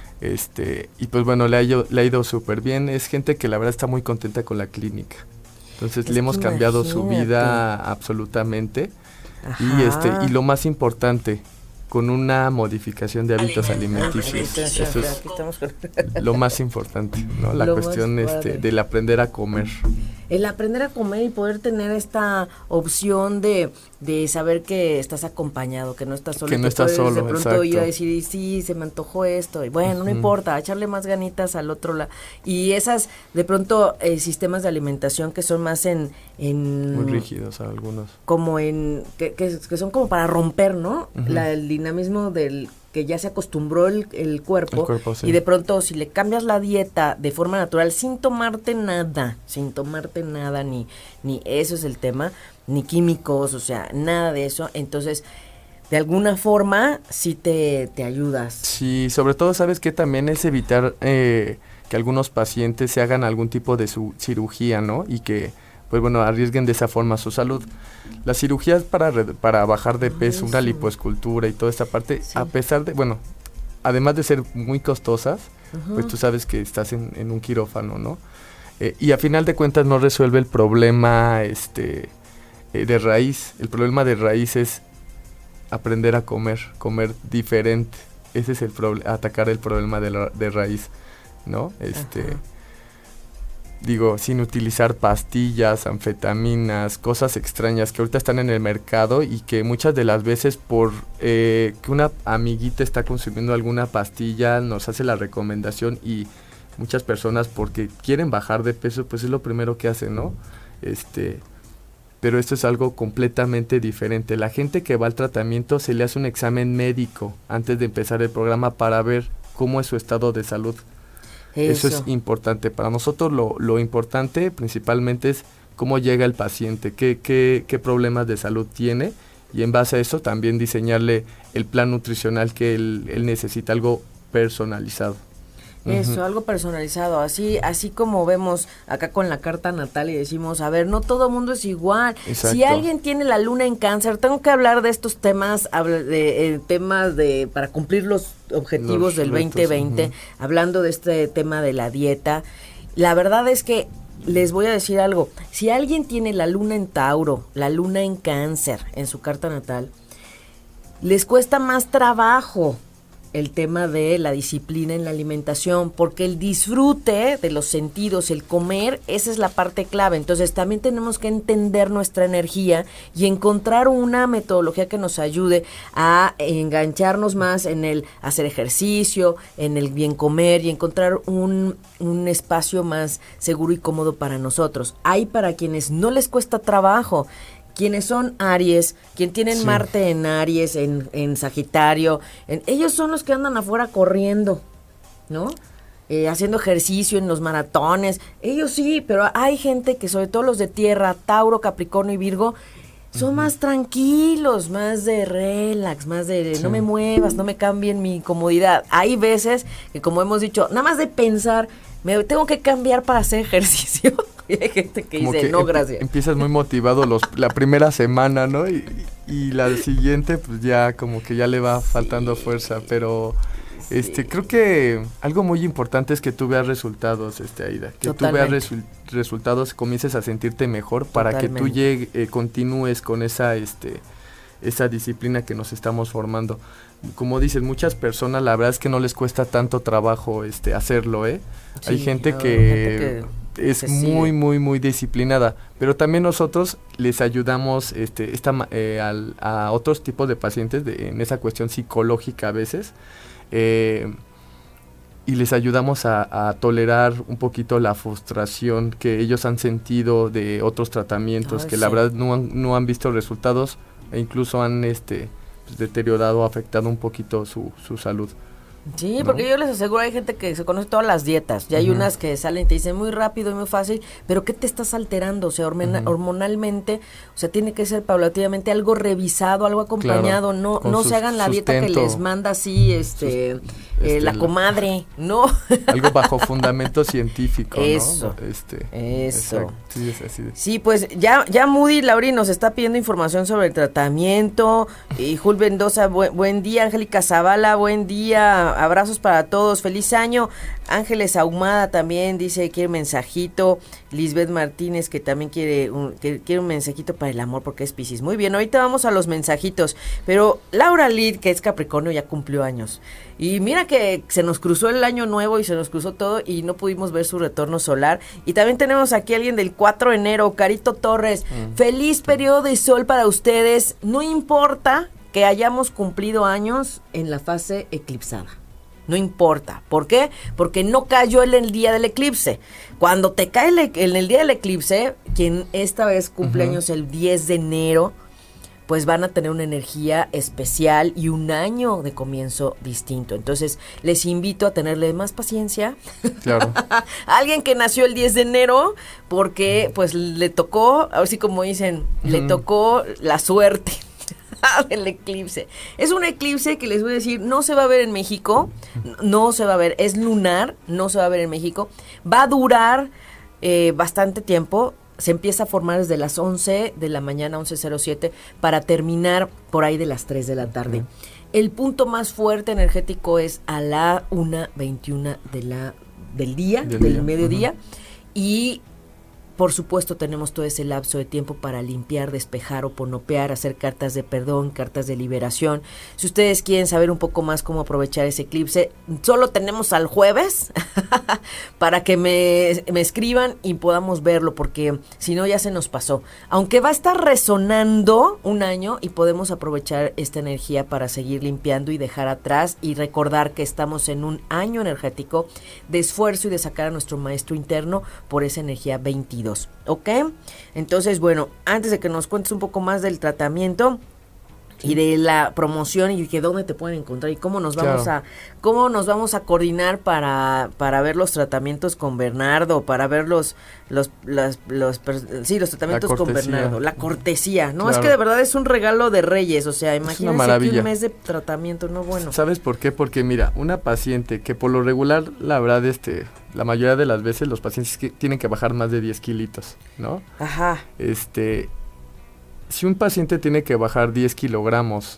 [SPEAKER 4] Este, y pues bueno, le ha ido, le ha ido súper bien. Es gente que la verdad está muy contenta con la clínica. Entonces es le hemos cambiado su vida absolutamente. Ajá. Y este, y lo más importante, con una modificación de hábitos alimenticios. Eso es lo más importante, ¿no? La lo cuestión este, del aprender a comer.
[SPEAKER 2] el aprender a comer y poder tener esta opción de, de saber que estás acompañado, que no estás solo.
[SPEAKER 4] Que no estás solo,
[SPEAKER 2] de pronto
[SPEAKER 4] exacto.
[SPEAKER 2] ir a decir, sí, se me antojó esto, y bueno, no
[SPEAKER 4] Uh-huh.
[SPEAKER 2] importa, echarle más ganitas al otro lado. Y esas, de pronto, eh, sistemas de alimentación que son más en... en
[SPEAKER 4] Muy rígidos algunos.
[SPEAKER 2] como en... que, que, que son como para romper, ¿no?
[SPEAKER 4] Uh-huh.
[SPEAKER 2] La, el dinamismo del... que ya se acostumbró el, el cuerpo,
[SPEAKER 4] El cuerpo, sí.
[SPEAKER 2] y de pronto si le cambias la dieta de forma natural sin tomarte nada, sin tomarte nada, ni, ni eso es el tema, ni químicos, o sea, nada de eso, entonces de alguna forma sí te, te ayudas.
[SPEAKER 4] Sí, sobre todo, ¿sabes qué? También es evitar eh, que algunos pacientes se hagan algún tipo de su cirugía, ¿no? Y que, pues bueno, arriesguen de esa forma su salud. Las cirugías para, re- para bajar de peso, una
[SPEAKER 2] Eso.
[SPEAKER 4] lipoescultura y toda esta parte,
[SPEAKER 2] Sí.
[SPEAKER 4] a pesar de, bueno, además de ser muy costosas,
[SPEAKER 2] Ujú.
[SPEAKER 4] pues tú sabes que estás en, en un quirófano, ¿no? Eh, y a final de cuentas no resuelve el problema este, eh, de raíz. El problema de raíz es aprender a comer, comer diferente. Ese es el problema, atacar el problema de, la, de raíz, ¿no? Este,
[SPEAKER 2] Ajá.
[SPEAKER 4] digo, sin utilizar pastillas, anfetaminas, cosas extrañas que ahorita están en el mercado y que muchas de las veces por eh, que una amiguita está consumiendo alguna pastilla nos hace la recomendación y muchas personas porque quieren bajar de peso pues es lo primero que hacen, ¿no? Este, pero esto es algo completamente diferente. La gente que va al tratamiento se le hace un examen médico antes de empezar el programa para ver cómo es su estado de salud. Eso, Eso es importante. Para nosotros lo, lo importante principalmente es cómo llega el paciente, qué, qué, qué problemas de salud tiene y en base a eso también diseñarle el plan nutricional que él, él necesita, algo personalizado.
[SPEAKER 2] Eso,
[SPEAKER 4] Uh-huh.
[SPEAKER 2] algo personalizado, así así como vemos acá con la carta natal y decimos, a ver, no todo mundo es igual.
[SPEAKER 4] Exacto.
[SPEAKER 2] Si alguien tiene la luna en Cáncer, tengo que hablar de estos temas, habl- de eh, temas de para cumplir los objetivos
[SPEAKER 4] Los
[SPEAKER 2] del
[SPEAKER 4] retos,
[SPEAKER 2] veinte veinte,
[SPEAKER 4] uh-huh.
[SPEAKER 2] hablando de este tema de la dieta. La verdad es que les voy a decir algo, si alguien tiene la luna en Tauro, la luna en Cáncer en su carta natal, les cuesta más trabajo el tema de la disciplina en la alimentación, porque el disfrute de los sentidos, el comer, esa es la parte clave. Entonces también tenemos que entender nuestra energía y encontrar una metodología que nos ayude a engancharnos más en el hacer ejercicio, en el bien comer y encontrar un, un espacio más seguro y cómodo para nosotros. Hay para quienes no les cuesta trabajo. Quienes son Aries, quien tienen
[SPEAKER 4] Sí.
[SPEAKER 2] Marte en Aries, en, en Sagitario, en, ellos son los que andan afuera corriendo, ¿no? Eh, haciendo ejercicio en los maratones. Ellos sí, pero hay gente que, sobre todo los de Tierra, Tauro, Capricornio y Virgo, son uh-huh. más tranquilos, más de relax, más de sí. no me muevas, no me cambien mi comodidad. Hay veces que, como hemos dicho, nada más de pensar, me tengo que cambiar para hacer ejercicio. Y hay gente que
[SPEAKER 4] Como
[SPEAKER 2] dice,
[SPEAKER 4] que
[SPEAKER 2] no,
[SPEAKER 4] em-
[SPEAKER 2] gracias.
[SPEAKER 4] Empiezas muy motivado los, la primera semana, ¿no? Y, y la siguiente, pues ya como que ya le va faltando sí. fuerza, pero... Este, sí. creo que algo muy importante es que tú veas resultados, este, Aida, que
[SPEAKER 2] Totalmente.
[SPEAKER 4] tú veas resu- resultados, comiences a sentirte mejor para Totalmente. que tú llegue, eh, continúes con esa, este, esa disciplina que nos estamos formando. Como dices, muchas personas la verdad es que no les cuesta tanto trabajo, este, hacerlo, ¿eh? Sí, hay gente que, gente que es muy, sigue. muy, muy disciplinada, pero también nosotros les ayudamos, este, esta, eh, al, a otros tipos de pacientes de, en esa cuestión psicológica a veces. Eh, y les ayudamos a, a tolerar un poquito la frustración que ellos han sentido de otros tratamientos, Ay, que sí. la verdad no han, no han visto resultados e incluso han este, pues, deteriorado, afectado un poquito su, su salud.
[SPEAKER 2] Sí,
[SPEAKER 4] ¿no?
[SPEAKER 2] porque yo les aseguro, hay gente que se conoce todas las dietas, y hay uh-huh. unas que salen y te dicen muy rápido y muy fácil, pero ¿qué te estás alterando? O sea, hormona, uh-huh. hormonalmente, o sea, tiene que ser paulatinamente algo revisado, algo acompañado, claro, no no se hagan la
[SPEAKER 4] sustento,
[SPEAKER 2] dieta que les manda así, este, sus, este eh, la comadre, ¿no?
[SPEAKER 4] Algo bajo fundamento científico,
[SPEAKER 2] eso,
[SPEAKER 4] ¿no? Este,
[SPEAKER 2] eso.
[SPEAKER 4] Sí, es así de...
[SPEAKER 2] sí, pues ya ya Moody Lauri nos está pidiendo información sobre el tratamiento, y Jul Mendoza, buen, buen día, Angélica Zavala, buen día, abrazos para todos, feliz año. Ángeles Ahumada también dice, quiere un mensajito. Lisbeth Martínez, que también quiere un, que, quiere un mensajito para el amor, porque es Piscis. Muy bien, ahorita vamos a los mensajitos. Pero Laura Lid, que es Capricornio, ya cumplió años. Y mira que se nos cruzó el año nuevo y se nos cruzó todo y no pudimos ver su retorno solar. Y también tenemos aquí a alguien del cuatro de enero, Carito Torres. Mm. Feliz periodo de sol para ustedes. No importa que hayamos cumplido años en la fase eclipsada. No importa. ¿Por qué? Porque no cayó en el día del eclipse. Cuando te cae el, en el día del eclipse, quien esta vez cumple uh-huh. años el diez de enero, pues van a tener una energía especial y un año de comienzo distinto. Entonces, les invito a tenerle más paciencia. Claro. A alguien que nació el diez de enero, porque pues le tocó, así como dicen, uh-huh. le tocó la suerte del eclipse. Es un eclipse que les voy a decir, no se va a ver en México, no se va a ver, es lunar, no se va a ver en México. Va a durar eh, bastante tiempo. Se empieza a formar desde las once de la mañana, once cero siete, para terminar por ahí de las tres de la tarde. Uh-huh. El punto más fuerte energético es a la una veintiuno de la, del día, del, del día. mediodía, uh-huh. y por supuesto tenemos todo ese lapso de tiempo para limpiar, despejar, oponopear, hacer cartas de perdón, cartas de liberación. Si ustedes quieren saber un poco más cómo aprovechar ese eclipse, solo tenemos al jueves para que me, me escriban y podamos verlo, porque si no ya se nos pasó. Aunque va a estar resonando un año y podemos aprovechar esta energía para seguir limpiando y dejar atrás y recordar que estamos en un año energético de esfuerzo y de sacar a nuestro maestro interno por esa energía veintidós. ¿Ok? Entonces, bueno, antes de que nos cuentes un poco más del tratamiento y de la promoción y que dónde te pueden encontrar y cómo nos vamos claro. a cómo nos vamos a coordinar para para ver los tratamientos con Bernardo, para ver los los los, los, los sí, los tratamientos con Bernardo, la cortesía, ¿no? Claro. Es que de verdad es un regalo de Reyes, o sea, imagínense que un mes de tratamiento, no bueno.
[SPEAKER 4] ¿Sabes por qué? Porque mira, una paciente que por lo regular, la verdad, este la mayoría de las veces los pacientes que tienen que bajar más de diez kilitos, ¿no?
[SPEAKER 2] Ajá.
[SPEAKER 4] Este, si un paciente tiene que bajar diez kilogramos,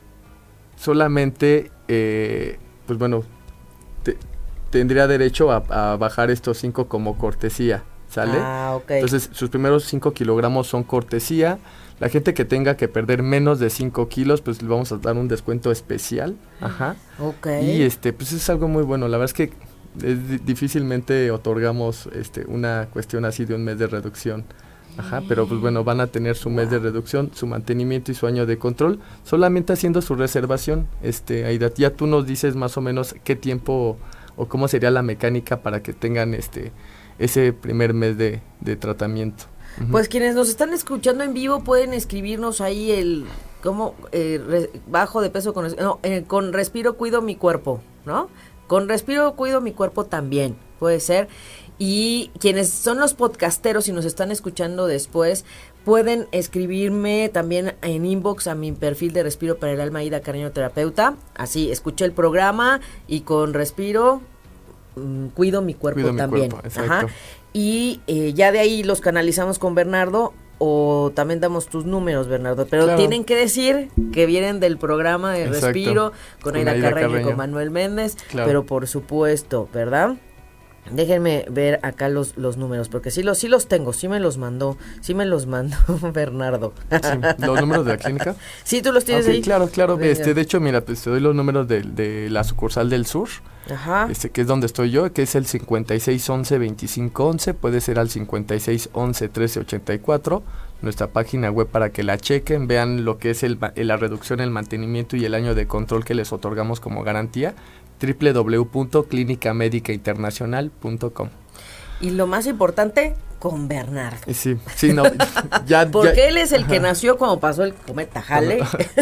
[SPEAKER 4] solamente, eh, pues bueno, te, tendría derecho a, a bajar estos cinco como cortesía, ¿sale?
[SPEAKER 2] Ah, ok.
[SPEAKER 4] Entonces, sus primeros cinco kilogramos son cortesía. La gente que tenga que perder menos de cinco kilos, pues le vamos a dar un descuento especial. Ajá.
[SPEAKER 2] Ok.
[SPEAKER 4] Y este, pues es algo muy bueno. La verdad es que es, difícilmente otorgamos este una cuestión así de un mes de reducción. Ajá, pero pues bueno, van a tener su mes de reducción, su mantenimiento y su año de control, solamente haciendo su reservación. Este, Aida, ya tú nos dices más o menos qué tiempo o cómo sería la mecánica para que tengan este ese primer mes de, de tratamiento. Uh-huh.
[SPEAKER 2] Pues quienes nos están escuchando en vivo pueden escribirnos ahí el cómo eh, re, bajo de peso con no, eh, con respiro cuido mi cuerpo, ¿no? Con respiro cuido mi cuerpo también, puede ser. Y quienes son los podcasteros y nos están escuchando después, pueden escribirme también en inbox a mi perfil de Respiro para el Alma, Aida Carreño Terapeuta. Así, escuché el programa y con respiro mmm, cuido mi cuerpo
[SPEAKER 4] cuido
[SPEAKER 2] también.
[SPEAKER 4] Mi cuerpo, exacto. Ajá.
[SPEAKER 2] Y eh, ya de ahí los canalizamos con Bernardo, o también damos tus números, Bernardo, pero claro. tienen que decir que vienen del programa de Exacto. Respiro con, con Aida, Aida Carreño, Carreño y con Manuel Méndez, claro. pero por supuesto, ¿verdad? Déjenme ver acá los, los números, porque sí los, sí los tengo, sí me los mandó, sí me los mandó Bernardo.
[SPEAKER 4] Sí, ¿los números de la clínica?
[SPEAKER 2] Sí, tú los tienes
[SPEAKER 4] okay,
[SPEAKER 2] ahí.
[SPEAKER 4] Claro, claro, Venga. este, de hecho, mira, pues te doy los números de, de la sucursal del sur,
[SPEAKER 2] Ajá.
[SPEAKER 4] este que es donde estoy yo, que es el cincuenta y seis once veinticinco once, puede ser al cincuenta y seis once trece ochenta y cuatro, nuestra página web para que la chequen, vean lo que es el, la reducción, el mantenimiento y el año de control que les otorgamos como garantía, doble u doble u doble u punto clínica médica internacional punto com.
[SPEAKER 2] Y lo más importante, con Bernardo.
[SPEAKER 4] Sí, sí, no, ya,
[SPEAKER 2] Porque
[SPEAKER 4] ya,
[SPEAKER 2] él es el
[SPEAKER 4] ajá.
[SPEAKER 2] que nació cuando pasó el cometa Halley.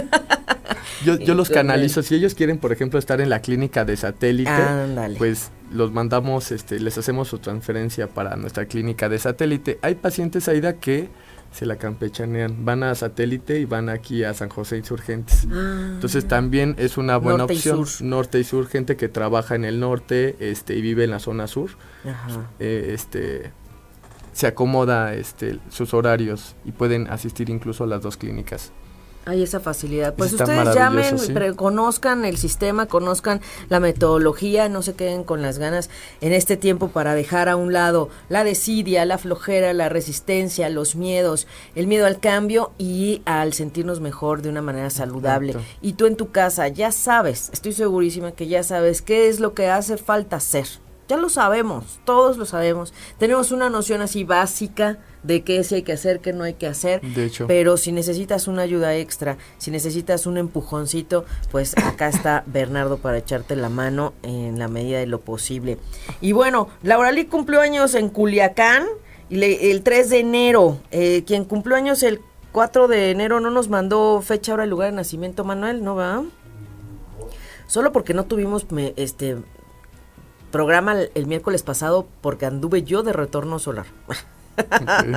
[SPEAKER 4] yo, yo los canalizo, si ellos quieren, por ejemplo, estar en la clínica de satélite,
[SPEAKER 2] Ándale.
[SPEAKER 4] pues los mandamos, este, les hacemos su transferencia para nuestra clínica de satélite. Hay pacientes, Aida, que se la campechanean, van a satélite y van aquí a San José Insurgentes. Ah, Entonces también es una buena
[SPEAKER 2] norte
[SPEAKER 4] opción.
[SPEAKER 2] Y sur.
[SPEAKER 4] Norte y sur, gente que trabaja en el norte, este, y vive en la zona sur.
[SPEAKER 2] Ajá.
[SPEAKER 4] Eh, este, se acomoda, este, sus horarios y pueden asistir incluso a las dos clínicas.
[SPEAKER 2] Hay esa facilidad. Pues
[SPEAKER 4] Está
[SPEAKER 2] ustedes llamen,
[SPEAKER 4] sí.
[SPEAKER 2] pero conozcan el sistema, conozcan la metodología, no se queden con las ganas en este tiempo para dejar a un lado la desidia, la flojera, la resistencia, los miedos, el miedo al cambio y al sentirnos mejor de una manera saludable.
[SPEAKER 4] Exacto.
[SPEAKER 2] Y tú en tu casa ya sabes, estoy segurísima que ya sabes qué es lo que hace falta hacer. Ya lo sabemos, todos lo sabemos. Tenemos una noción así básica de qué sí hay que hacer, qué no hay que hacer.
[SPEAKER 4] De hecho.
[SPEAKER 2] Pero si necesitas una ayuda extra, si necesitas un empujoncito, pues acá está Bernardo para echarte la mano en la medida de lo posible. Y bueno, Lauralí cumplió años en Culiacán y le, el tres de enero. Eh, quien cumplió años el cuatro de enero no nos mandó fecha, hora y lugar de nacimiento, Manuel, ¿no va? Solo porque no tuvimos me, este programa el, el miércoles pasado porque anduve yo de retorno solar. Okay.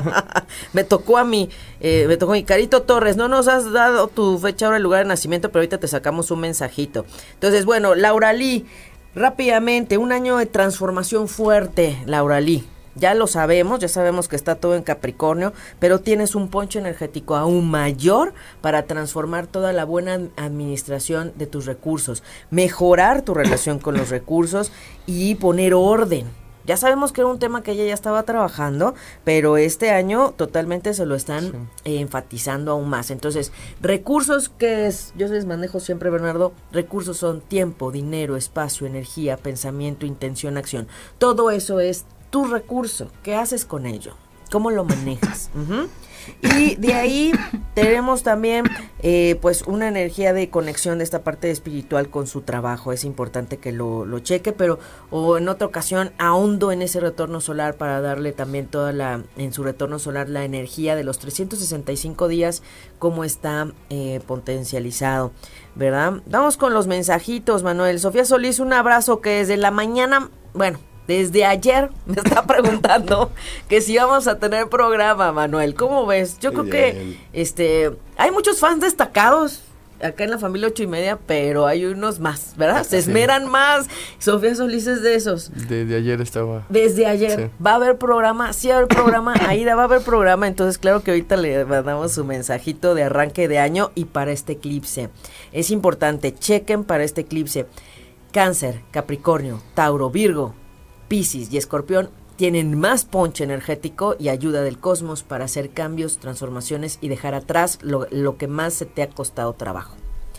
[SPEAKER 2] me tocó a mí, eh, me tocó a mí. Carito Torres, no nos has dado tu fecha, hora y lugar de nacimiento, pero ahorita te sacamos un mensajito. Entonces, bueno, Lauralí, rápidamente, un año de transformación fuerte, Lauralí. Ya lo sabemos, ya sabemos que está todo en Capricornio, pero tienes un poncho energético aún mayor para transformar toda la buena administración de tus recursos, mejorar tu relación con los recursos y poner orden. Ya sabemos que era un tema que ella ya estaba trabajando, pero este año totalmente se lo están sí. eh, enfatizando aún más. Entonces, recursos, ¿qué es? Yo les manejo siempre, Bernardo, recursos son tiempo, dinero, espacio, energía, pensamiento, intención, acción. Todo eso es tu recurso. ¿Qué haces con ello? ¿Cómo lo manejas? Uh-huh. Y de ahí tenemos también eh, pues una energía de conexión de esta parte espiritual con su trabajo. Es importante que lo, lo cheque, pero o en otra ocasión ahondo en ese retorno solar para darle también toda la, en su retorno solar, la energía de los trescientos sesenta y cinco días, cómo está eh, potencializado, ¿verdad? Vamos con los mensajitos, Manuel. Sofía Solís, un abrazo que desde la mañana, bueno, desde ayer me está preguntando que si vamos a tener programa, Manuel. ¿Cómo ves? Yo creo que este hay muchos fans destacados acá en la familia ocho y media, pero hay unos más, ¿verdad? Se esmeran sí. más. Sofía Solís es de esos.
[SPEAKER 4] Desde ayer estaba.
[SPEAKER 2] Desde ayer. Sí. Va a haber programa, sí va a haber programa, Aida va a haber programa, entonces claro que ahorita le mandamos su mensajito de arranque de año y para este eclipse. Es importante, chequen para este eclipse. Cáncer, Capricornio, Tauro, Virgo, Piscis y Escorpión tienen más ponche energético y ayuda del cosmos para hacer cambios, transformaciones y dejar atrás lo, lo que más se te ha costado trabajo.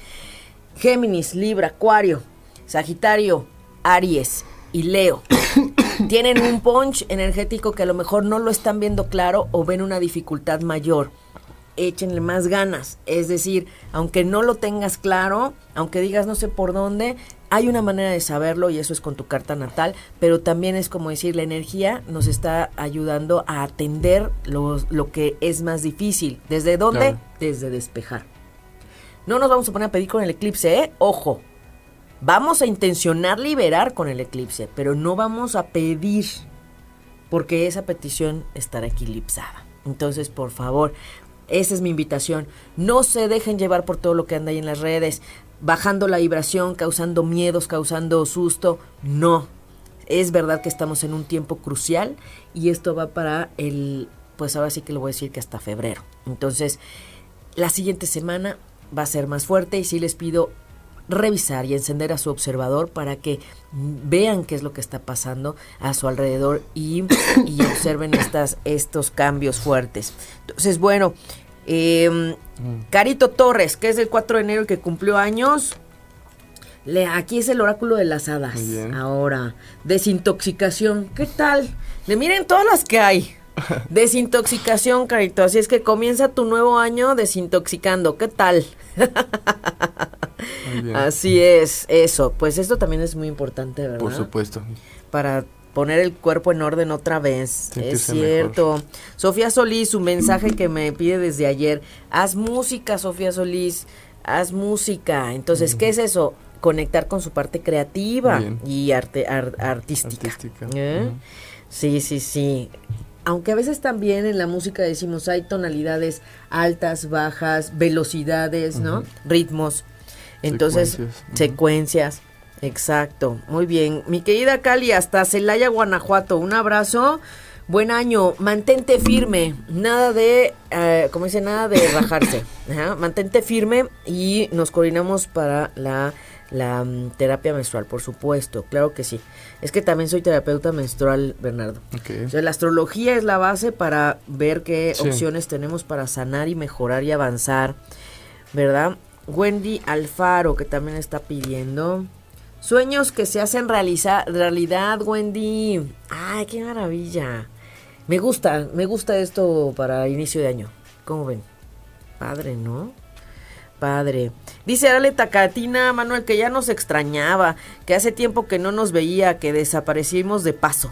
[SPEAKER 2] Géminis, Libra, Acuario, Sagitario, Aries y Leo tienen un punch energético que a lo mejor no lo están viendo claro o ven una dificultad mayor. Échenle más ganas, es decir, aunque no lo tengas claro, aunque digas no sé por dónde, hay una manera de saberlo y eso es con tu carta natal, pero también es como decir, la energía nos está ayudando a atender lo, lo que es más difícil. ¿Desde dónde? Claro. Desde despejar. No nos vamos a poner a pedir con el eclipse, ¿eh? Ojo, vamos a intencionar liberar con el eclipse, pero no vamos a pedir, porque esa petición estará eclipsada. Entonces, por favor, esa es mi invitación. No se dejen llevar por todo lo que anda ahí en las redes, bajando la vibración, causando miedos, causando susto. No, es verdad que estamos en un tiempo crucial y esto va para el, pues ahora sí que lo voy a decir que hasta febrero. Entonces, la siguiente semana va a ser más fuerte y sí les pido revisar y encender a su observador para que vean qué es lo que está pasando a su alrededor y, y observen estas, estos cambios fuertes. Entonces, bueno, eh, Carito Torres, que es del cuatro de enero y que cumplió años, le, aquí es el oráculo de las hadas. Ahora, desintoxicación, ¿qué tal? Le miren todas las que hay. Desintoxicación, Carito, así es que comienza tu nuevo año desintoxicando, ¿qué tal? Así es, eso, pues esto también es muy importante, ¿verdad?
[SPEAKER 4] Por supuesto.
[SPEAKER 2] Para poner el cuerpo en orden otra vez, sí, es cierto. Mejor. Sofía Solís, su mensaje que me pide desde ayer, haz música, Sofía Solís, haz música. Entonces, uh-huh. ¿qué es eso? Conectar con su parte creativa Bien. y arte, ar, artística. artística. ¿Eh? Uh-huh. Sí, sí, sí. Aunque a veces también en la música decimos hay tonalidades altas, bajas, velocidades, ¿no? Uh-huh. Ritmos. Entonces, secuencias. Uh-huh. secuencias. Exacto. Muy bien. Mi querida Cali, hasta Celaya, Guanajuato. Un abrazo. Buen año, mantente firme, nada de, eh, como dice, nada de rajarse. Ajá, mantente firme y nos coordinamos para la, la um, terapia menstrual, por supuesto, claro que sí. Es que también soy terapeuta menstrual, Bernardo.
[SPEAKER 4] Okay.
[SPEAKER 2] O sea, la astrología es la base para ver qué
[SPEAKER 4] Sí.
[SPEAKER 2] opciones tenemos para sanar y mejorar y avanzar, ¿verdad? Wendy Alfaro, que también está pidiendo... Sueños que se hacen realiza- realidad, Wendy. Ay, qué maravilla. Me gusta, me gusta esto para inicio de año. ¿Cómo ven? Padre, ¿no? Padre. Dice Arale Tacatina, Manuel, que ya nos extrañaba, que hace tiempo que no nos veía, que desaparecimos de paso.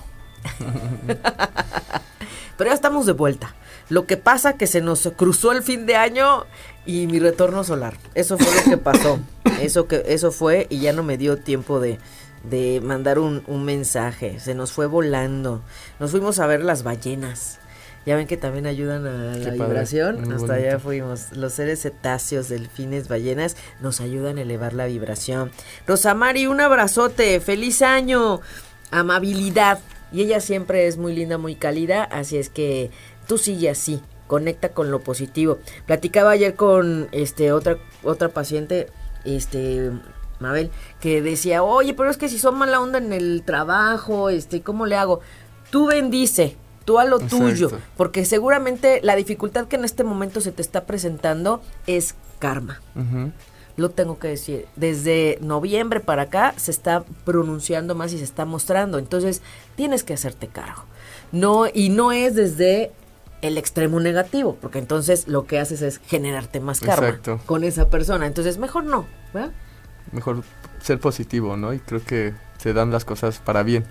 [SPEAKER 2] Pero ya estamos de vuelta. Lo que pasa que se nos cruzó el fin de año y mi retorno solar. Eso fue lo que pasó. Eso que eso fue y ya no me dio tiempo de, de mandar un, un mensaje. Se nos fue volando. Nos fuimos a ver las ballenas. Ya ven que también ayudan a la
[SPEAKER 4] Qué padre,
[SPEAKER 2] vibración.
[SPEAKER 4] muy
[SPEAKER 2] Hasta
[SPEAKER 4] bonito.
[SPEAKER 2] allá fuimos. Los seres cetáceos, delfines, ballenas nos ayudan a elevar la vibración. Rosamari, un abrazote. Feliz año. Amabilidad. Y ella siempre es muy linda, muy cálida. Así es que tú sigue así. Conecta con lo positivo. Platicaba ayer con este otra otra paciente, este Mabel, que decía, oye, pero es que si son mala onda en el trabajo, este, ¿cómo le hago? Tú bendice, tú a lo
[SPEAKER 4] Exacto.
[SPEAKER 2] tuyo, porque seguramente la dificultad que en este momento se te está presentando es karma.
[SPEAKER 4] Ujú.
[SPEAKER 2] Lo tengo que decir, desde noviembre para acá se está pronunciando más y se está mostrando, entonces tienes que hacerte cargo. No, y no es desde el extremo negativo, porque entonces lo que haces es generarte más karma
[SPEAKER 4] Exacto.
[SPEAKER 2] con esa persona, entonces mejor no, ¿verdad?
[SPEAKER 4] Mejor ser positivo, ¿no? Y creo que se dan las cosas para bien.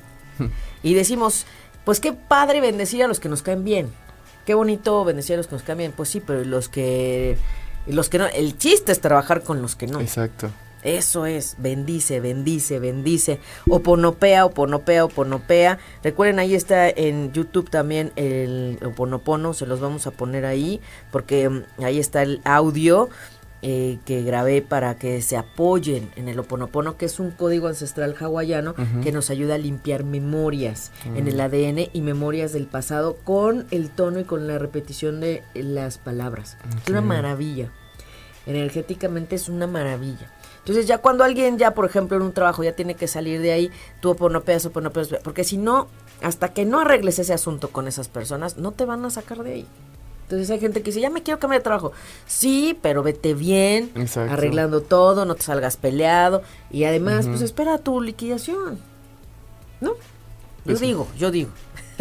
[SPEAKER 2] Y decimos, pues qué padre bendecir a los que nos caen bien, qué bonito bendecir a los que nos caen bien, pues sí, pero los que, los que no, el chiste es trabajar con los que no.
[SPEAKER 4] Exacto.
[SPEAKER 2] Eso es, bendice, bendice, bendice. Oponopea, oponopea, oponopea. Recuerden, ahí está en YouTube también el oponopono, se los vamos a poner ahí, porque um, ahí está el audio eh, que grabé para que se apoyen en el oponopono, que es un código ancestral hawaiano
[SPEAKER 4] Ujú.
[SPEAKER 2] que nos ayuda a limpiar memorias
[SPEAKER 4] Mm.
[SPEAKER 2] en el A D N y memorias del pasado con el tono y con la repetición de las palabras. Es una
[SPEAKER 4] Ok.
[SPEAKER 2] maravilla. Energéticamente es una maravilla. Entonces ya cuando alguien ya, por ejemplo, en un trabajo ya tiene que salir de ahí, tú oponopeas, oponopeas, porque si no, hasta que no arregles ese asunto con esas personas, no te van a sacar de ahí. Entonces hay gente que dice, ya me quiero cambiar de trabajo. Sí, pero vete bien,
[SPEAKER 4] Exacto.
[SPEAKER 2] arreglando todo, no te salgas peleado. Y además,
[SPEAKER 4] Ujú.
[SPEAKER 2] pues espera tu liquidación. ¿No? Yo
[SPEAKER 4] Pues sí.
[SPEAKER 2] digo, yo digo.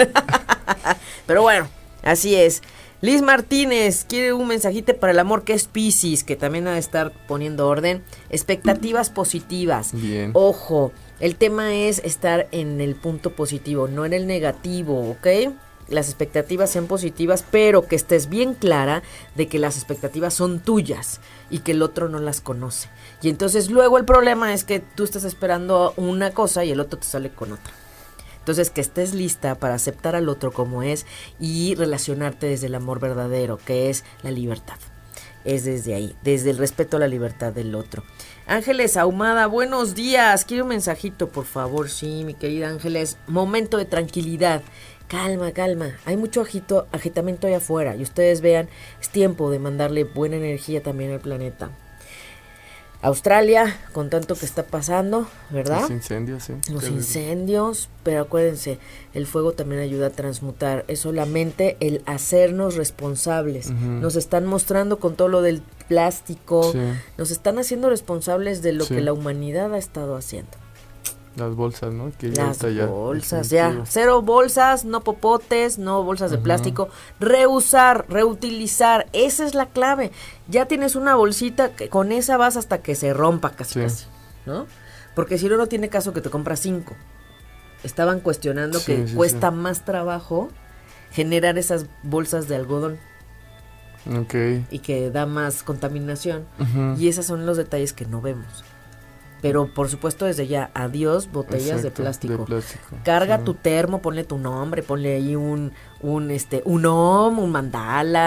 [SPEAKER 2] Pero bueno, así es. Liz Martínez quiere un mensajito para el amor, que es Piscis, que también ha de estar poniendo orden. Expectativas positivas.
[SPEAKER 4] Bien.
[SPEAKER 2] Ojo, el tema es estar en el punto positivo, no en el negativo, ¿ok? Las expectativas sean positivas, pero que estés bien clara de que las expectativas son tuyas y que el otro no las conoce. Y entonces luego el problema es que tú estás esperando una cosa y el otro te sale con otra. Entonces, que estés lista para aceptar al otro como es y relacionarte desde el amor verdadero, que es la libertad. Es desde ahí, desde el respeto a la libertad del otro. Ángeles Ahumada, buenos días. Quiero un mensajito, por favor. Sí, mi querida Ángeles. Momento de tranquilidad. Calma, calma. Hay mucho agito, agitamiento allá afuera. Y ustedes vean, es tiempo de mandarle buena energía también al planeta. Australia, con tanto que está pasando, ¿verdad?
[SPEAKER 4] Los incendios, sí.
[SPEAKER 2] Los
[SPEAKER 4] Qué-
[SPEAKER 2] incendios, pero acuérdense, el fuego también ayuda a transmutar, es solamente el hacernos responsables.
[SPEAKER 4] Ujú.
[SPEAKER 2] Nos están mostrando con todo lo del plástico,
[SPEAKER 4] Sí.
[SPEAKER 2] nos están haciendo responsables de lo
[SPEAKER 4] Sí.
[SPEAKER 2] que la humanidad ha estado haciendo.
[SPEAKER 4] Las bolsas, ¿no? Que ya
[SPEAKER 2] Las
[SPEAKER 4] está ya.
[SPEAKER 2] bolsas, ya,
[SPEAKER 4] definitivo.
[SPEAKER 2] cero bolsas, no popotes, no bolsas de
[SPEAKER 4] Ujú.
[SPEAKER 2] plástico, reusar, reutilizar, esa es la clave. Ya tienes una bolsita, que con esa vas hasta que se rompa casi,
[SPEAKER 4] Sí.
[SPEAKER 2] casi, ¿no? Porque si no, no tiene caso que te compras cinco. Estaban cuestionando
[SPEAKER 4] Sí,
[SPEAKER 2] que
[SPEAKER 4] sí,
[SPEAKER 2] cuesta
[SPEAKER 4] sí.
[SPEAKER 2] más trabajo generar esas bolsas de algodón
[SPEAKER 4] Ok.
[SPEAKER 2] y que da más contaminación.
[SPEAKER 4] Ujú.
[SPEAKER 2] Y esos son los detalles que no vemos. Pero por supuesto desde ya, adiós botellas de
[SPEAKER 4] Exacto,
[SPEAKER 2] plástico.
[SPEAKER 4] de plástico,
[SPEAKER 2] Carga
[SPEAKER 4] sí.
[SPEAKER 2] tu termo, ponle tu nombre, ponle ahí un, un este, un om, un mandala,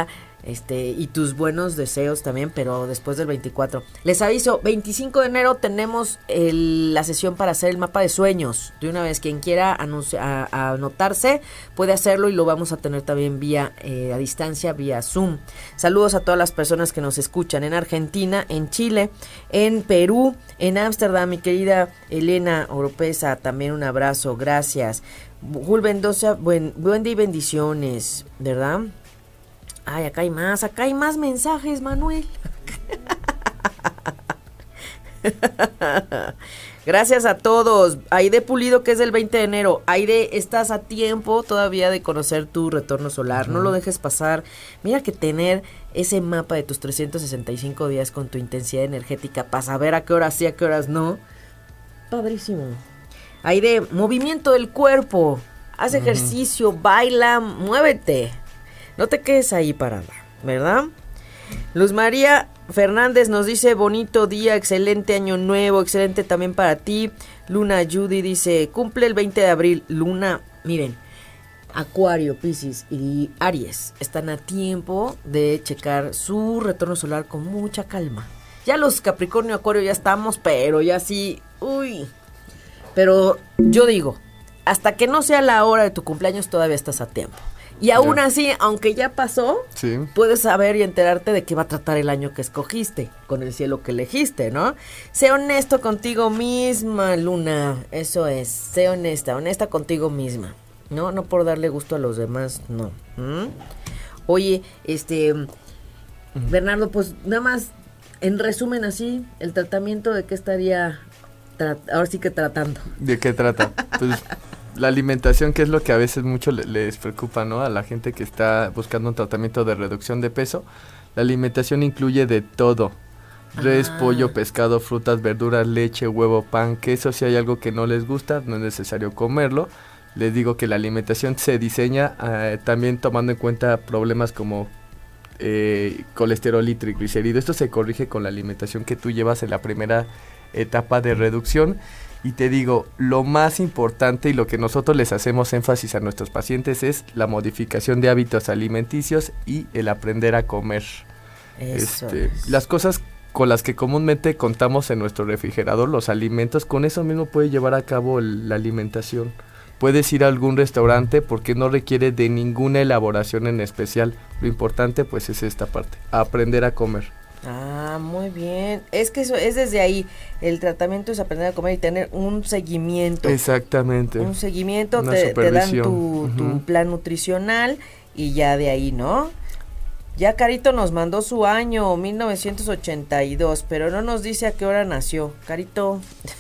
[SPEAKER 2] Este, y tus buenos deseos también, pero después del veinticuatro. Les aviso, veinticinco de enero tenemos el, la sesión para hacer el mapa de sueños. De una vez, quien quiera anunci- a, a anotarse, puede hacerlo y lo vamos a tener también vía, eh, a distancia, vía Zoom. Saludos a todas las personas que nos escuchan en Argentina, en Chile, en Perú, en Ámsterdam, mi querida Elena Oropesa, también un abrazo, gracias. Jul Mendoza, buen, buen día y bendiciones, ¿verdad? Ay, acá hay más, acá hay más mensajes, Manuel. Gracias a todos. Aide Pulido, que es del veinte de enero. Aide, estás a tiempo todavía de conocer tu retorno solar. Uh-huh. No lo dejes pasar. Mira que tener ese mapa de tus trescientos sesenta y cinco días con tu intensidad energética para saber a qué horas sí, a qué horas no. Padrísimo. Aide, movimiento del cuerpo. Haz uh-huh. ejercicio, baila, muévete. No te quedes ahí parada, ¿verdad? Luz María Fernández nos dice, bonito día, excelente año nuevo, excelente también para ti. Luna Judy dice, cumple el veinte de abril. Luna, miren, Acuario, Piscis y Aries están a tiempo de checar su retorno solar con mucha calma. Ya los Capricornio, Acuario ya estamos, pero ya sí, uy. Pero yo digo, hasta que no sea la hora de tu cumpleaños todavía estás a tiempo. Y aún ya. así, aunque ya pasó, sí. puedes saber y enterarte de qué va a tratar el año que escogiste, con el cielo que elegiste, ¿no? Sé honesto contigo misma, Luna, eso es, sé honesta, honesta contigo misma, ¿no? No por darle gusto a los demás, no. ¿Mm? Oye, este, uh-huh. Bernardo, pues nada más, en resumen así, el tratamiento de qué estaría, tra- ahora sí que tratando.
[SPEAKER 4] ¿De qué trata? Pues... La alimentación, que es lo que a veces mucho le, les preocupa, ¿no? A la gente que está buscando un tratamiento de reducción de peso. La alimentación incluye de todo. Res, ah. pollo, pescado, frutas, verduras, leche, huevo, pan, queso. Si hay algo que no les gusta, no es necesario comerlo. Les digo que la alimentación se diseña eh, también tomando en cuenta problemas como eh, colesterol y triglicéridos. Esto se corrige con la alimentación que tú llevas en la primera etapa de reducción. Y te digo, lo más importante y lo que nosotros les hacemos énfasis a nuestros pacientes es la modificación de hábitos alimenticios y el aprender a comer.
[SPEAKER 2] Eso
[SPEAKER 4] este,
[SPEAKER 2] es.
[SPEAKER 4] Las cosas con las que comúnmente contamos en nuestro refrigerador, los alimentos, con eso mismo puede llevar a cabo el, la alimentación. Puedes ir a algún restaurante porque no requiere de ninguna elaboración en especial. Lo importante pues es esta parte, aprender a comer.
[SPEAKER 2] Ah, muy bien. Es que eso es desde ahí. El tratamiento es aprender a comer y tener un seguimiento.
[SPEAKER 4] Exactamente.
[SPEAKER 2] Un seguimiento, te, te dan tu, uh-huh. tu plan nutricional y ya de ahí, ¿no? Ya Carito nos mandó su año, mil novecientos ochenta y dos, pero no nos dice a qué hora nació. Carito.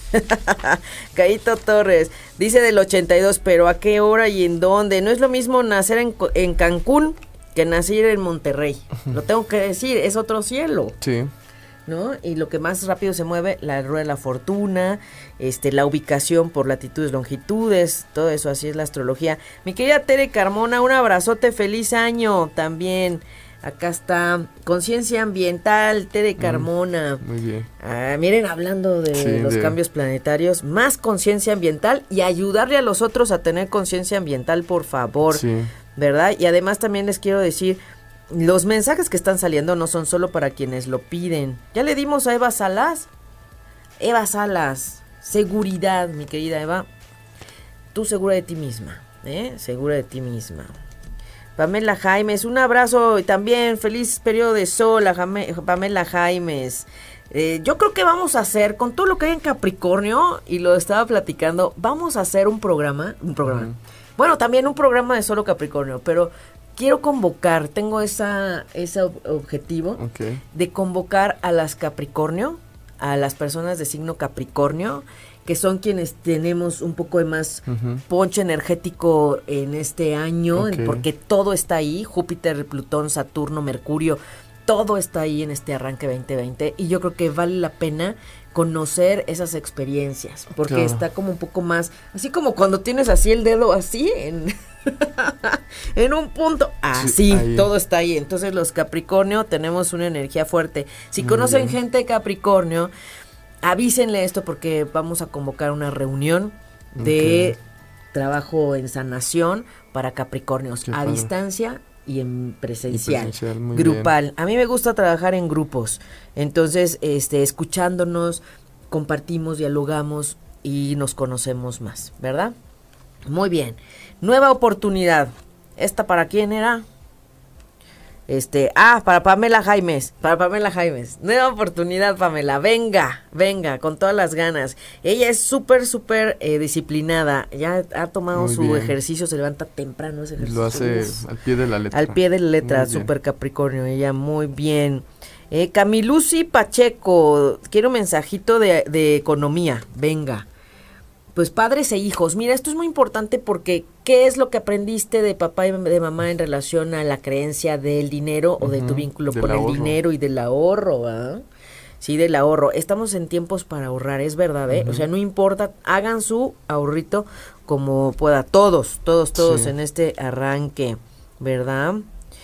[SPEAKER 2] Carito Torres dice del ochenta y dos, pero a qué hora y en dónde. No es lo mismo nacer en, en Cancún que nacer en Monterrey. Lo tengo que decir, es otro cielo.
[SPEAKER 4] Sí.
[SPEAKER 2] ¿No? Y lo que más rápido se mueve, la rueda de la fortuna, este, la ubicación por latitudes, longitudes, todo eso, así es la astrología. Mi querida Tere Carmona, un abrazote, feliz año también. Acá está, conciencia ambiental, Tere Carmona.
[SPEAKER 4] Mm, muy bien.
[SPEAKER 2] Ah, miren, hablando de
[SPEAKER 4] sí,
[SPEAKER 2] los
[SPEAKER 4] de...
[SPEAKER 2] cambios planetarios, más conciencia ambiental y ayudarle a los otros a tener conciencia ambiental, por favor.
[SPEAKER 4] Sí.
[SPEAKER 2] ¿Verdad? Y además también les quiero decir, los mensajes que están saliendo no son solo para quienes lo piden. Ya le dimos a Eva Salas. Eva Salas, seguridad, mi querida Eva. Tú segura de ti misma, ¿eh? Segura de ti misma. Pamela Jaimes, un abrazo y también feliz periodo de sol a Jame, Pamela Jaimes. Eh, yo creo que vamos a hacer, con todo lo que hay en Capricornio, y lo estaba platicando, vamos a hacer un programa, un programa. Uh-huh. Bueno, también un programa de solo Capricornio, pero quiero convocar, tengo esa ese objetivo
[SPEAKER 4] okay.
[SPEAKER 2] de convocar a las Capricornio, a las personas de signo Capricornio, que son quienes tenemos un poco de más uh-huh. ponche energético en este año, okay. porque todo está ahí, Júpiter, Plutón, Saturno, Mercurio, todo está ahí en este arranque veinte veinte, y yo creo que vale la pena conocer esas experiencias, porque claro. está como un poco más, así como cuando tienes así el dedo así, en, en un punto, así, sí, todo está ahí. Entonces los Capricornio tenemos una energía fuerte. Si Muy conocen bien. gente de Capricornio, avísenle esto porque vamos a convocar una reunión de okay. trabajo en sanación para Capricornios, Qué a padre. distancia, y en presencial,
[SPEAKER 4] Y presencial, muy
[SPEAKER 2] grupal.
[SPEAKER 4] bien.
[SPEAKER 2] A mí me gusta trabajar en grupos, entonces, este, escuchándonos, compartimos, dialogamos y nos conocemos más, ¿verdad? Muy bien. Nueva oportunidad. ¿Esta para quién era? Este, ah, para Pamela Jaimes, para Pamela Jaimes. Nueva oportunidad, Pamela. Venga, venga, con todas las ganas. Ella es súper, súper eh, disciplinada. Ya ha tomado
[SPEAKER 4] Muy
[SPEAKER 2] su
[SPEAKER 4] bien.
[SPEAKER 2] ejercicio, se levanta temprano ese ejercicio.
[SPEAKER 4] Lo hace
[SPEAKER 2] Uf.
[SPEAKER 4] al pie de la letra.
[SPEAKER 2] Al pie de la letra,
[SPEAKER 4] Muy bien.
[SPEAKER 2] súper Capricornio, ella muy bien. Eh, Camilusi Pacheco, quiero un mensajito de, de economía, venga. Pues padres e hijos, mira, esto es muy importante porque ¿qué es lo que aprendiste de papá y de mamá en relación a la creencia del dinero o de tu
[SPEAKER 4] Ujú,
[SPEAKER 2] vínculo
[SPEAKER 4] del
[SPEAKER 2] con
[SPEAKER 4] ahorro.
[SPEAKER 2] el dinero y del ahorro? ¿Ah? Sí, del ahorro. Estamos en tiempos para ahorrar, es verdad, ¿eh?
[SPEAKER 4] Ujú.
[SPEAKER 2] O sea, no importa, hagan su ahorrito como pueda, todos, todos, todos
[SPEAKER 4] Sí.
[SPEAKER 2] en este arranque, ¿verdad?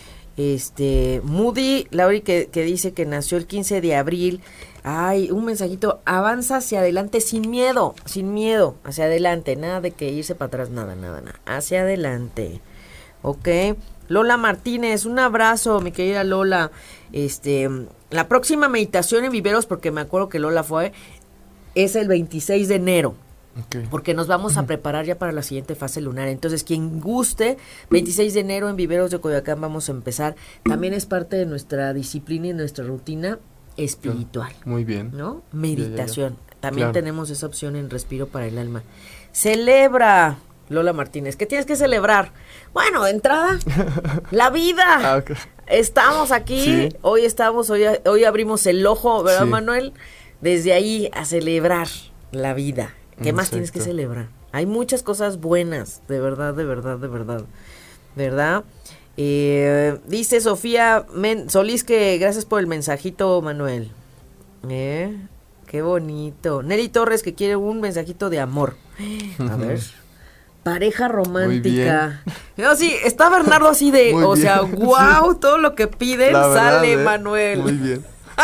[SPEAKER 2] Este, Moody, Lauri, que, que dice que nació el quince de abril. Ay, un mensajito, avanza hacia adelante sin miedo, sin miedo, hacia adelante, nada de que irse para atrás, nada, nada, nada, hacia adelante, ok. Lola Martínez, un abrazo, mi querida Lola. Este, la próxima meditación en Viveros, porque me acuerdo que Lola fue, es el veintiséis de enero.
[SPEAKER 4] Ok.
[SPEAKER 2] Porque nos vamos a preparar ya para la siguiente fase lunar. Entonces, quien guste, veintiséis de enero en Viveros de Coyoacán vamos a empezar. También es parte de nuestra disciplina y nuestra rutina espiritual,
[SPEAKER 4] Muy bien.
[SPEAKER 2] ¿no?
[SPEAKER 4] Ya,
[SPEAKER 2] Meditación.
[SPEAKER 4] ya, ya.
[SPEAKER 2] También
[SPEAKER 4] Claro.
[SPEAKER 2] tenemos esa opción en Respiro para el Alma. Celebra, Lola Martínez. ¿Qué tienes que celebrar? Bueno, de entrada, la vida.
[SPEAKER 4] Ah, ok.
[SPEAKER 2] Estamos aquí,
[SPEAKER 4] Sí.
[SPEAKER 2] hoy estamos, hoy, hoy abrimos el ojo, ¿verdad,
[SPEAKER 4] Sí.
[SPEAKER 2] Manuel? Desde ahí a celebrar la vida. ¿Qué más
[SPEAKER 4] Exacto.
[SPEAKER 2] tienes que celebrar? Hay muchas cosas buenas, de verdad, de verdad, de verdad, ¿verdad? Eh, dice Sofía Men- Solís que gracias por el mensajito, Manuel. Eh, qué bonito. Nelly Torres que quiere un mensajito de amor. A ver. Pareja romántica. No, sí, está Bernardo así de,
[SPEAKER 4] Muy
[SPEAKER 2] o sea,
[SPEAKER 4] bien.
[SPEAKER 2] wow, todo lo que piden
[SPEAKER 4] La verdad,
[SPEAKER 2] sale,
[SPEAKER 4] ¿eh?
[SPEAKER 2] Manuel.
[SPEAKER 4] Muy bien.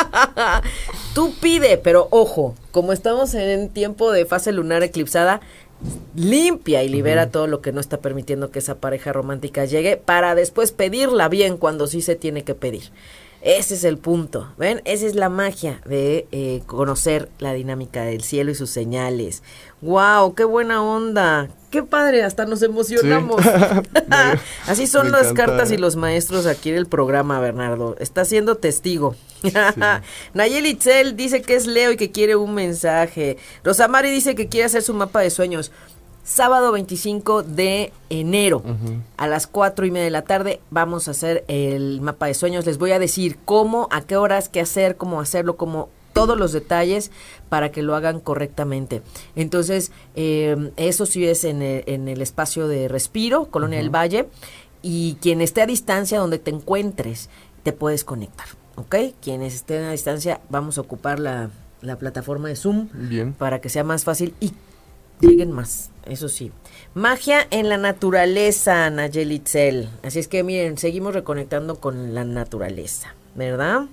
[SPEAKER 2] Tú pide, pero ojo, como estamos en tiempo de fase lunar eclipsada, limpia y libera uh-huh. todo lo que no está permitiendo que esa pareja romántica llegue para después pedirla bien cuando sí se tiene que pedir. Ese es el punto, ¿ven? Esa es la magia de eh, conocer la dinámica del cielo y sus señales. ¡Wow! ¡Qué buena onda! ¡Qué padre! Hasta nos emocionamos. Sí. Así son las encanta. cartas y los maestros aquí en el programa, Bernardo. Está siendo testigo. Sí. Nayeli Itzel dice que es Leo y que quiere un mensaje. Rosamari dice que quiere hacer su mapa de sueños. Sábado veinticinco de enero uh-huh. a las cuatro y media de la tarde vamos a hacer el mapa de sueños. Les voy a decir cómo, a qué horas, qué hacer, cómo hacerlo, cómo todos los detalles para que lo hagan correctamente. Entonces, eh, eso sí es en el, en el espacio de Respiro, Colonia uh-huh. del Valle, y quien esté a distancia donde te encuentres, te puedes conectar, ¿ok? Quienes estén a distancia, vamos a ocupar la, la plataforma de Zoom
[SPEAKER 4] Bien.
[SPEAKER 2] para que sea más fácil y lleguen más, eso sí. Magia en la naturaleza, Nayeli Itzel. Así es que miren, seguimos reconectando con la naturaleza, ¿verdad?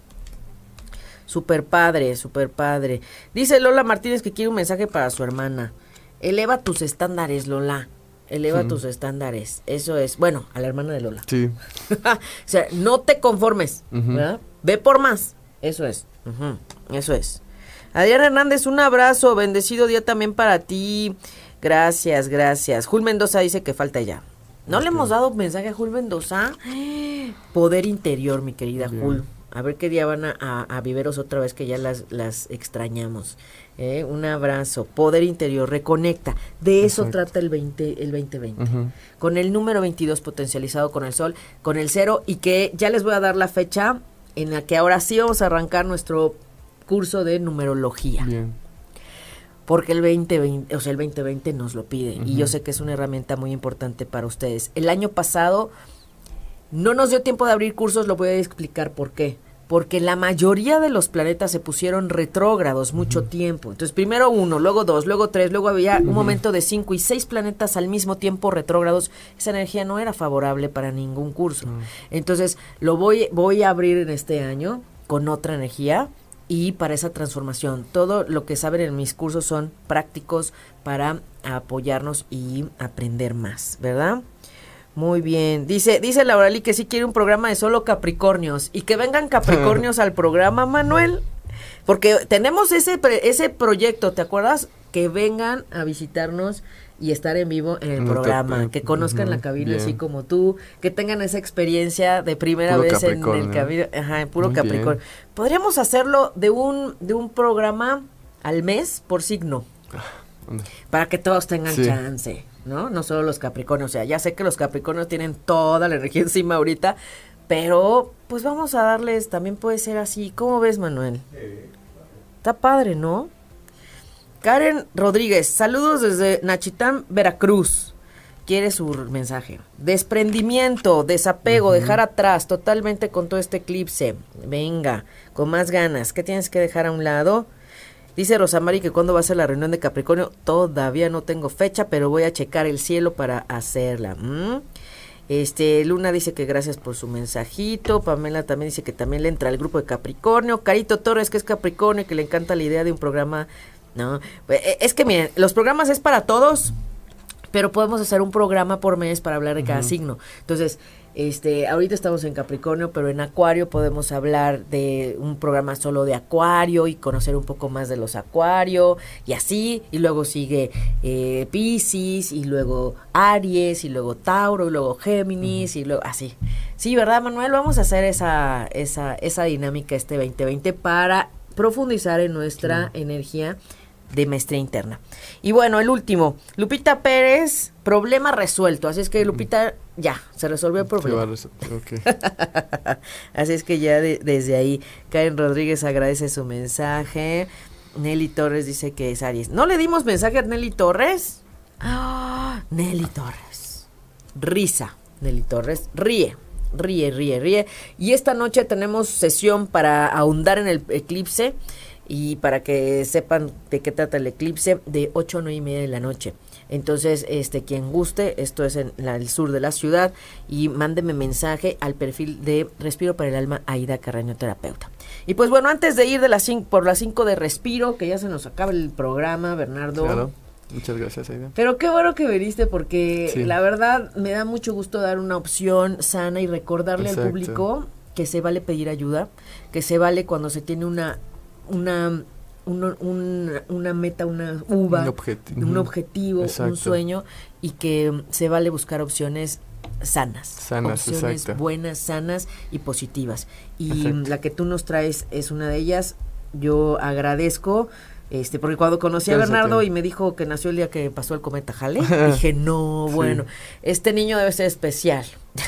[SPEAKER 2] Super padre, super padre. Dice Lola Martínez que quiere un mensaje para su hermana. Eleva tus estándares, Lola. Eleva sí. tus estándares. Eso es, bueno, a la hermana de Lola.
[SPEAKER 4] Sí.
[SPEAKER 2] O sea, no te conformes, uh-huh. ¿verdad? Ve por más. Eso es. Uh-huh. Eso es. Adriana Hernández, un abrazo, bendecido día también para ti. Gracias, gracias. Jul Mendoza dice que falta ya. ¿No okay. le hemos dado mensaje a Jul Mendoza? Poder interior, mi querida Bien. Jul. A ver qué día van a, a, a Viveros otra vez que ya las, las extrañamos. ¿Eh? Un abrazo. Poder interior, reconecta. De eso Exacto. trata el veinte, el veinte veinte. Uh-huh. Con el número veintidós potencializado con el sol, con el cero, y que ya les voy a dar la fecha en la que ahora sí vamos a arrancar nuestro curso de numerología.
[SPEAKER 4] Bien.
[SPEAKER 2] Porque el veinte veinte, o sea, el veinte veinte nos lo pide. Uh-huh. Y yo sé que es una herramienta muy importante para ustedes. El año pasado no nos dio tiempo de abrir cursos, lo voy a explicar por qué. Porque la mayoría de los planetas se pusieron retrógrados mucho uh-huh. tiempo. Entonces, primero uno, luego dos, luego tres, luego había uh-huh. un momento de cinco y seis planetas al mismo tiempo retrógrados. Esa energía no era favorable para ningún curso. Uh-huh. Entonces, lo voy, voy a abrir en este año con otra energía. Y para esa transformación, todo lo que saben en mis cursos son prácticos para apoyarnos y aprender más, ¿verdad? Muy bien. Dice, dice Laurali que sí quiere un programa de solo Capricornios y que vengan Capricornios al programa, Manuel. Porque tenemos ese pre- ese proyecto, ¿te acuerdas? Que vengan a visitarnos y estar en vivo en el
[SPEAKER 4] No,
[SPEAKER 2] programa,
[SPEAKER 4] te-
[SPEAKER 2] que conozcan
[SPEAKER 4] ujú,
[SPEAKER 2] la cabina
[SPEAKER 4] bien.
[SPEAKER 2] así como tú, que tengan esa experiencia de primera
[SPEAKER 4] Puro
[SPEAKER 2] vez en el
[SPEAKER 4] Capricornio.
[SPEAKER 2] cabina, ajá, en puro
[SPEAKER 4] Muy
[SPEAKER 2] Capricornio.
[SPEAKER 4] bien.
[SPEAKER 2] Podríamos hacerlo de un de un programa al mes por signo,
[SPEAKER 4] Anda.
[SPEAKER 2] para que todos tengan
[SPEAKER 4] Sí.
[SPEAKER 2] chance, ¿no? No solo los Capricornios, o sea, ya sé que los Capricornios tienen toda la energía encima ahorita, pero pues vamos a darles, también puede ser así. ¿Cómo ves, Manuel? Está padre, ¿no? Karen Rodríguez, saludos desde Nachitán, Veracruz. Quiere su mensaje. Desprendimiento, desapego,
[SPEAKER 4] Ujú.
[SPEAKER 2] dejar atrás totalmente con todo este eclipse. Venga, con más ganas. ¿Qué tienes que dejar a un lado? Dice Rosamari que cuando va a ser la reunión de Capricornio, todavía no tengo fecha, pero voy a checar el cielo para hacerla. ¿Mm? Este, Luna dice que gracias por su mensajito. Pamela también dice que también le entra al grupo de Capricornio. Carito Torres, que es Capricornio y que le encanta la idea de un programa. No, eh, es que miren, los programas es para todos, pero podemos hacer un programa por mes para hablar de cada
[SPEAKER 4] Ujú.
[SPEAKER 2] signo. Entonces, este, ahorita estamos en Capricornio, pero en Acuario podemos hablar de un programa solo de Acuario y conocer un poco más de los Acuario y así, y luego sigue eh, Piscis, y luego Aries, y luego Tauro, y luego Géminis, y luego así. Sí, ¿verdad, Manuel? Vamos a hacer esa, esa, esa dinámica este veinte veinte para profundizar en nuestra
[SPEAKER 4] Sí.
[SPEAKER 2] energía de maestría interna. Y bueno, el último, Lupita Pérez, problema resuelto. Así es que Lupita, ya, se resolvió el
[SPEAKER 4] Se va a
[SPEAKER 2] problema.
[SPEAKER 4] res- ok.
[SPEAKER 2] Así es que ya de- desde ahí, Karen Rodríguez agradece su mensaje. Nelly Torres dice que es Aries. ¿No le dimos mensaje a Nelly Torres? ¡Ah! Nelly Torres. Risa. Nelly Torres ríe. Ríe, ríe, ríe. Y esta noche tenemos sesión para ahondar en el eclipse y para que sepan de qué trata el eclipse de ocho a nueve y media de la noche. Entonces, este, quien guste, esto es en la- el sur de la ciudad, y mándeme mensaje al perfil de Respiro para el Alma, Aida Carreño, terapeuta. Y pues bueno, antes de ir de las cinco, por las cinco de Respiro, que ya se nos acaba el programa, Bernardo.
[SPEAKER 4] Claro. Muchas gracias, Aida.
[SPEAKER 2] Pero qué bueno que viniste, porque
[SPEAKER 4] Sí.
[SPEAKER 2] la verdad me da mucho gusto dar una opción sana y recordarle
[SPEAKER 4] Exacto.
[SPEAKER 2] al público que se vale pedir ayuda, que se vale cuando se tiene una una un- un- una meta, una uva,
[SPEAKER 4] Un objeti-
[SPEAKER 2] un
[SPEAKER 4] ujú.
[SPEAKER 2] objetivo,
[SPEAKER 4] Exacto.
[SPEAKER 2] un sueño, y que mm, se vale buscar opciones sanas,
[SPEAKER 4] Sanas,
[SPEAKER 2] opciones
[SPEAKER 4] exacto.
[SPEAKER 2] buenas, sanas y positivas. Y
[SPEAKER 4] Exacto.
[SPEAKER 2] mm, la que tú nos traes es una de ellas. Yo agradezco. Este, porque cuando conocí a
[SPEAKER 4] Gracias a
[SPEAKER 2] Bernardo
[SPEAKER 4] ti.
[SPEAKER 2] y me dijo que nació el día que pasó el cometa Halley, dije, no,
[SPEAKER 4] Sí.
[SPEAKER 2] bueno, este niño debe ser especial.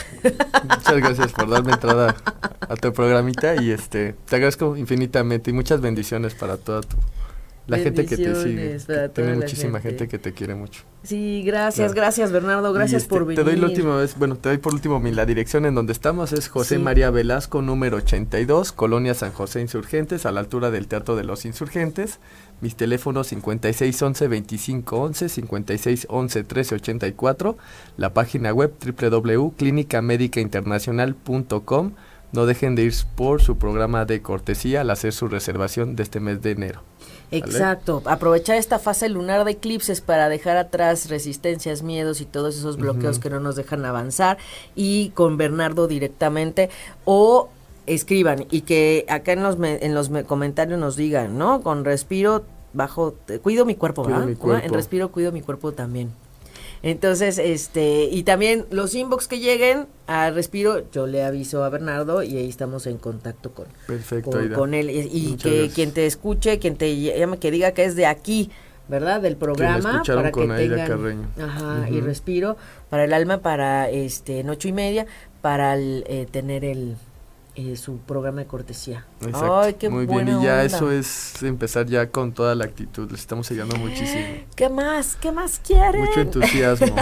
[SPEAKER 4] Muchas gracias por darme entrada a tu programita y este te agradezco infinitamente y muchas bendiciones para toda tu la gente que te sigue.
[SPEAKER 2] Bendiciones para
[SPEAKER 4] Que
[SPEAKER 2] toda
[SPEAKER 4] tiene
[SPEAKER 2] la
[SPEAKER 4] muchísima
[SPEAKER 2] gente.
[SPEAKER 4] gente. que te quiere mucho.
[SPEAKER 2] Sí, gracias,
[SPEAKER 4] Claro.
[SPEAKER 2] gracias Bernardo,
[SPEAKER 4] Y,
[SPEAKER 2] gracias
[SPEAKER 4] este,
[SPEAKER 2] por venir.
[SPEAKER 4] Te doy la última vez, bueno, te doy por último mi, la dirección en donde estamos es José
[SPEAKER 2] Sí.
[SPEAKER 4] María Velasco, número ochenta y dos, Colonia San José Insurgentes, a la altura del Teatro de los Insurgentes. Mis teléfonos cincuenta y seis once veinticinco once, cincuenta y seis once trece ochenta y cuatro, la página web doble u doble u doble u punto clínica médica internacional punto com. No dejen de ir por su programa de cortesía al hacer su reservación de este mes de enero.
[SPEAKER 2] Exacto, aprovechar esta fase lunar de eclipses para dejar atrás resistencias, miedos y todos esos bloqueos
[SPEAKER 4] Ujú.
[SPEAKER 2] que no nos dejan avanzar, y con Bernardo directamente, o escriban y que acá en los me- en los me- comentarios nos digan, ¿no? Con Respiro bajo, te- cuido mi cuerpo,
[SPEAKER 4] Cuido
[SPEAKER 2] ¿verdad?
[SPEAKER 4] mi cuerpo.
[SPEAKER 2] En Respiro cuido mi cuerpo también. Entonces, este, y también los inbox que lleguen a Respiro, yo le aviso a Bernardo y ahí estamos en contacto con,
[SPEAKER 4] Perfecto,
[SPEAKER 2] con,
[SPEAKER 4] Aida.
[SPEAKER 2] con él, y, y
[SPEAKER 4] Muchas
[SPEAKER 2] que
[SPEAKER 4] gracias.
[SPEAKER 2] quien te escuche, quien te llame, que diga que es de aquí, ¿verdad? Del programa,
[SPEAKER 4] escucharon
[SPEAKER 2] para
[SPEAKER 4] con
[SPEAKER 2] que
[SPEAKER 4] Aida
[SPEAKER 2] tengan,
[SPEAKER 4] Carreño.
[SPEAKER 2] ajá, y
[SPEAKER 4] Ujú.
[SPEAKER 2] Respiro para el alma, para este en ocho y media, para el, eh, tener el eh, su programa de cortesía.
[SPEAKER 4] Exacto.
[SPEAKER 2] Ay, qué
[SPEAKER 4] Muy bien,
[SPEAKER 2] buena
[SPEAKER 4] y ya
[SPEAKER 2] onda.
[SPEAKER 4] eso es empezar ya con toda la actitud, les estamos ayudando muchísimo.
[SPEAKER 2] ¿Qué más? ¿Qué más quieren?
[SPEAKER 4] Mucho entusiasmo.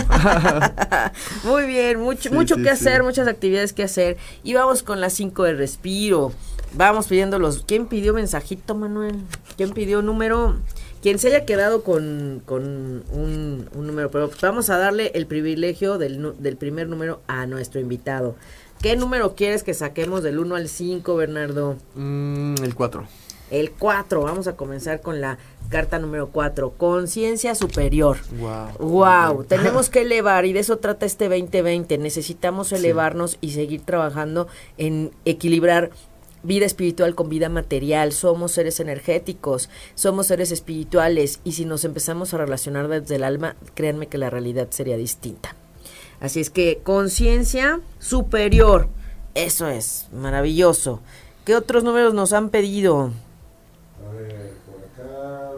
[SPEAKER 2] Muy bien, mucho,
[SPEAKER 4] Sí,
[SPEAKER 2] mucho
[SPEAKER 4] sí,
[SPEAKER 2] que
[SPEAKER 4] sí.
[SPEAKER 2] hacer, muchas actividades que hacer. Y vamos con las cinco de Respiro. Vamos pidiendo los... ¿Quién pidió mensajito, Manuel? ¿Quién pidió número? Quien se haya quedado con, con un, un número, pero vamos a darle el privilegio del, nu- del primer número a nuestro invitado. ¿Qué número quieres que saquemos del uno al cinco, Bernardo?
[SPEAKER 4] Mm, el cuatro.
[SPEAKER 2] El cuatro, vamos a comenzar con la carta número cuatro, conciencia superior.
[SPEAKER 4] Wow.
[SPEAKER 2] Wow, tenemos que elevar y de eso trata este veinte veinte. Necesitamos elevarnos sí. y seguir trabajando en equilibrar vida espiritual con vida material. Somos seres energéticos, somos seres espirituales y si nos empezamos a relacionar desde el alma, créanme que la realidad sería distinta. Así es que conciencia superior, eso es, maravilloso. ¿Qué otros números nos han pedido?
[SPEAKER 3] A ver, por acá,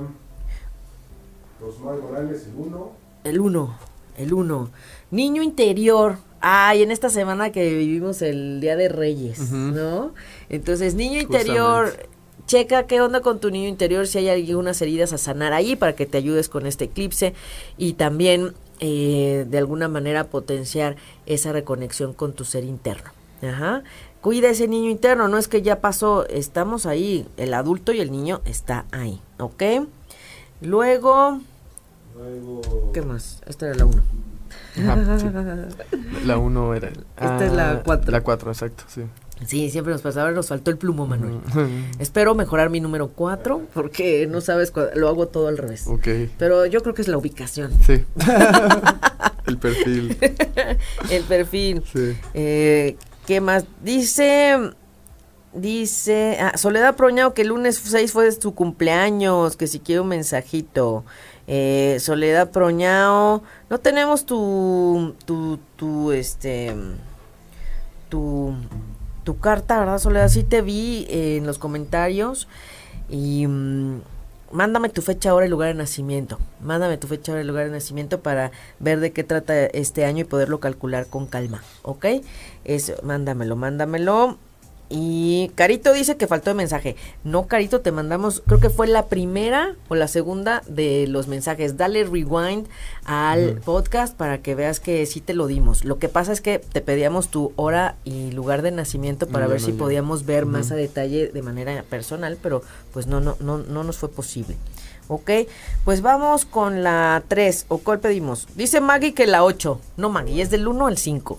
[SPEAKER 3] Rosmar Morales, el uno.
[SPEAKER 2] El uno, el uno. Niño interior. Ay, en esta semana que vivimos el Día de Reyes, uh-huh. ¿no? Entonces, niño interior, justamente. Checa qué onda con tu niño interior, si hay algunas heridas a sanar ahí para que te ayudes con este eclipse y también eh, de alguna manera potenciar esa reconexión con tu ser interno. Ajá. Cuida ese niño interno, no es que ya pasó, estamos ahí, el adulto y el niño está ahí, ¿ok? Luego,
[SPEAKER 3] Luego...
[SPEAKER 2] ¿qué más? Esta era la uno.
[SPEAKER 4] Ajá, sí. La uno era...
[SPEAKER 2] Esta ah, es la cuatro.
[SPEAKER 4] La cuatro, exacto, sí.
[SPEAKER 2] Sí, siempre nos pasa, ahora nos faltó el plumo, Manuel. Uh-huh. Espero mejorar mi número cuatro, porque no sabes, lo hago todo al revés.
[SPEAKER 4] Ok.
[SPEAKER 2] Pero yo creo que es la ubicación.
[SPEAKER 4] Sí. El perfil.
[SPEAKER 2] El perfil.
[SPEAKER 4] Sí.
[SPEAKER 2] Eh, ¿Qué más? Dice... Dice... Ah, Soledad Proñao que el lunes seis fue su cumpleaños, que si quiere un mensajito... Eh, Soledad Proñao, no tenemos tu, tu, tu, este, tu, tu carta, ¿verdad, Soledad? Sí te vi eh, en los comentarios y mmm, mándame tu fecha, hora y lugar de nacimiento, mándame tu fecha, hora y lugar de nacimiento para ver de qué trata este año y poderlo calcular con calma, ¿ok? Eso, mándamelo, mándamelo. Y Carito dice que faltó el mensaje. No, Carito, te mandamos, creo que fue la primera o la segunda de los mensajes. Dale rewind al uh-huh. podcast para que veas que sí te lo dimos. Lo que pasa es que te pedíamos tu hora y lugar de nacimiento para no, ver no, si no. podíamos ver uh-huh. más a detalle de manera personal, pero pues no, no, no, no nos fue posible. Ok, pues vamos con la tres. ¿O cuál pedimos? Dice Maggie que la ocho. No, Maggie, es del uno al cinco.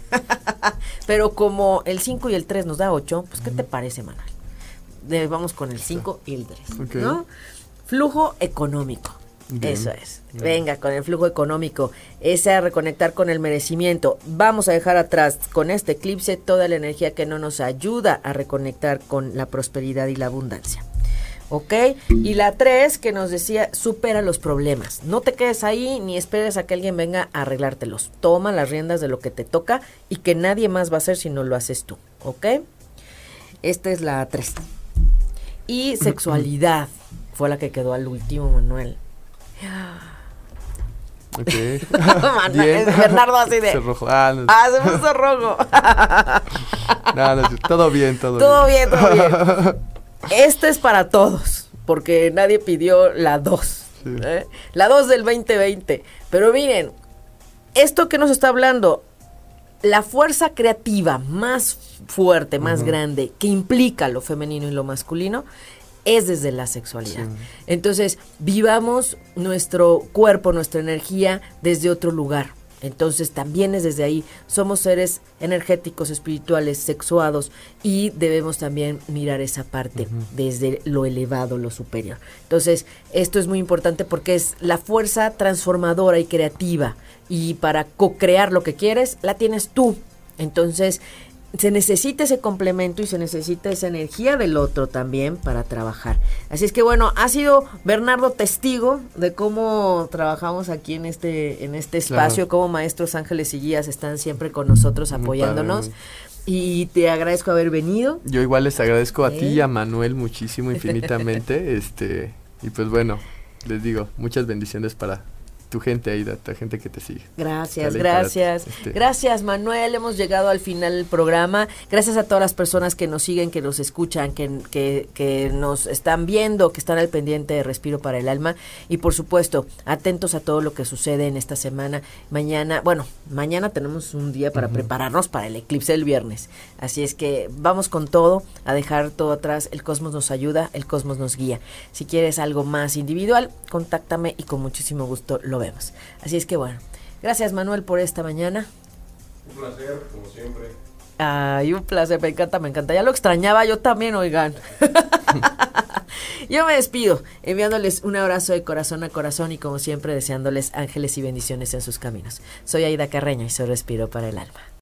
[SPEAKER 2] Pero como el cinco y el tres nos da ocho, pues ¿qué te parece, Manuel? De, vamos con el cinco y el tres, okay. ¿no? Flujo económico. Bien. Eso es. Bien. Venga, con el flujo económico. Ese a reconectar con el merecimiento. Vamos a dejar atrás con este eclipse toda la energía que no nos ayuda a reconectar con la prosperidad y la abundancia. ¿Ok? Y la tres que nos decía, supera los problemas. No te quedes ahí ni esperes a que alguien venga a arreglártelos. Toma las riendas de lo que te toca y que nadie más va a hacer si no lo haces tú. ¿Ok? Esta es la tres. Y sexualidad fue la que quedó al último, Manuel.
[SPEAKER 4] Ok.
[SPEAKER 2] Manuel, Bernardo así de...
[SPEAKER 4] Se rojo. Ah, no.
[SPEAKER 2] ah, se puso rojo.
[SPEAKER 4] no, no, todo bien, todo,
[SPEAKER 2] todo
[SPEAKER 4] bien.
[SPEAKER 2] Todo bien, todo bien. Este es para todos, porque nadie pidió la dos, sí. ¿eh? La dos del veinte veinte. Pero miren, esto que nos está hablando, la fuerza creativa más fuerte, más uh-huh. grande, que implica lo femenino y lo masculino, es desde la sexualidad. Sí. Entonces, vivamos nuestro cuerpo, nuestra energía desde otro lugar. Entonces también es desde ahí, somos seres energéticos, espirituales, sexuados y debemos también mirar esa parte uh-huh. desde lo elevado, lo superior. Entonces esto es muy importante porque es la fuerza transformadora y creativa y para co-crear lo que quieres, la tienes tú. Entonces se necesita ese complemento y se necesita esa energía del otro también para trabajar. Así es que bueno, ha sido Bernardo testigo de cómo trabajamos aquí en este en este espacio, claro. Cómo maestros ángeles y guías están siempre con nosotros apoyándonos. Muy padre. Y te agradezco haber venido.
[SPEAKER 4] Yo igual les agradezco a ¿Eh? ti y a Manuel muchísimo, infinitamente. este Y pues bueno, les digo, muchas bendiciones para tu gente ahí, tu gente que te sigue.
[SPEAKER 2] Gracias, Dale, gracias. Para, este... Gracias, Manuel. Hemos llegado al final del programa. Gracias a todas las personas que nos siguen, que nos escuchan, que, que, que nos están viendo, que están al pendiente de Respiro para el Alma. Y por supuesto, atentos a todo lo que sucede en esta semana. Mañana, bueno, mañana tenemos un día para uh-huh. prepararnos para el eclipse del viernes. Así es que vamos con todo, a dejar todo atrás. El cosmos nos ayuda, el cosmos nos guía. Si quieres algo más individual, contáctame y con muchísimo gusto lo vemos. Así es que bueno, gracias Manuel por esta mañana.
[SPEAKER 3] Un placer, como siempre.
[SPEAKER 2] Ay, un placer, me encanta, me encanta. Ya lo extrañaba yo también, oigan. Yo me despido enviándoles un abrazo de corazón a corazón y como siempre deseándoles ángeles y bendiciones en sus caminos. Soy Aida Carreño y soy Respiro para el Alma.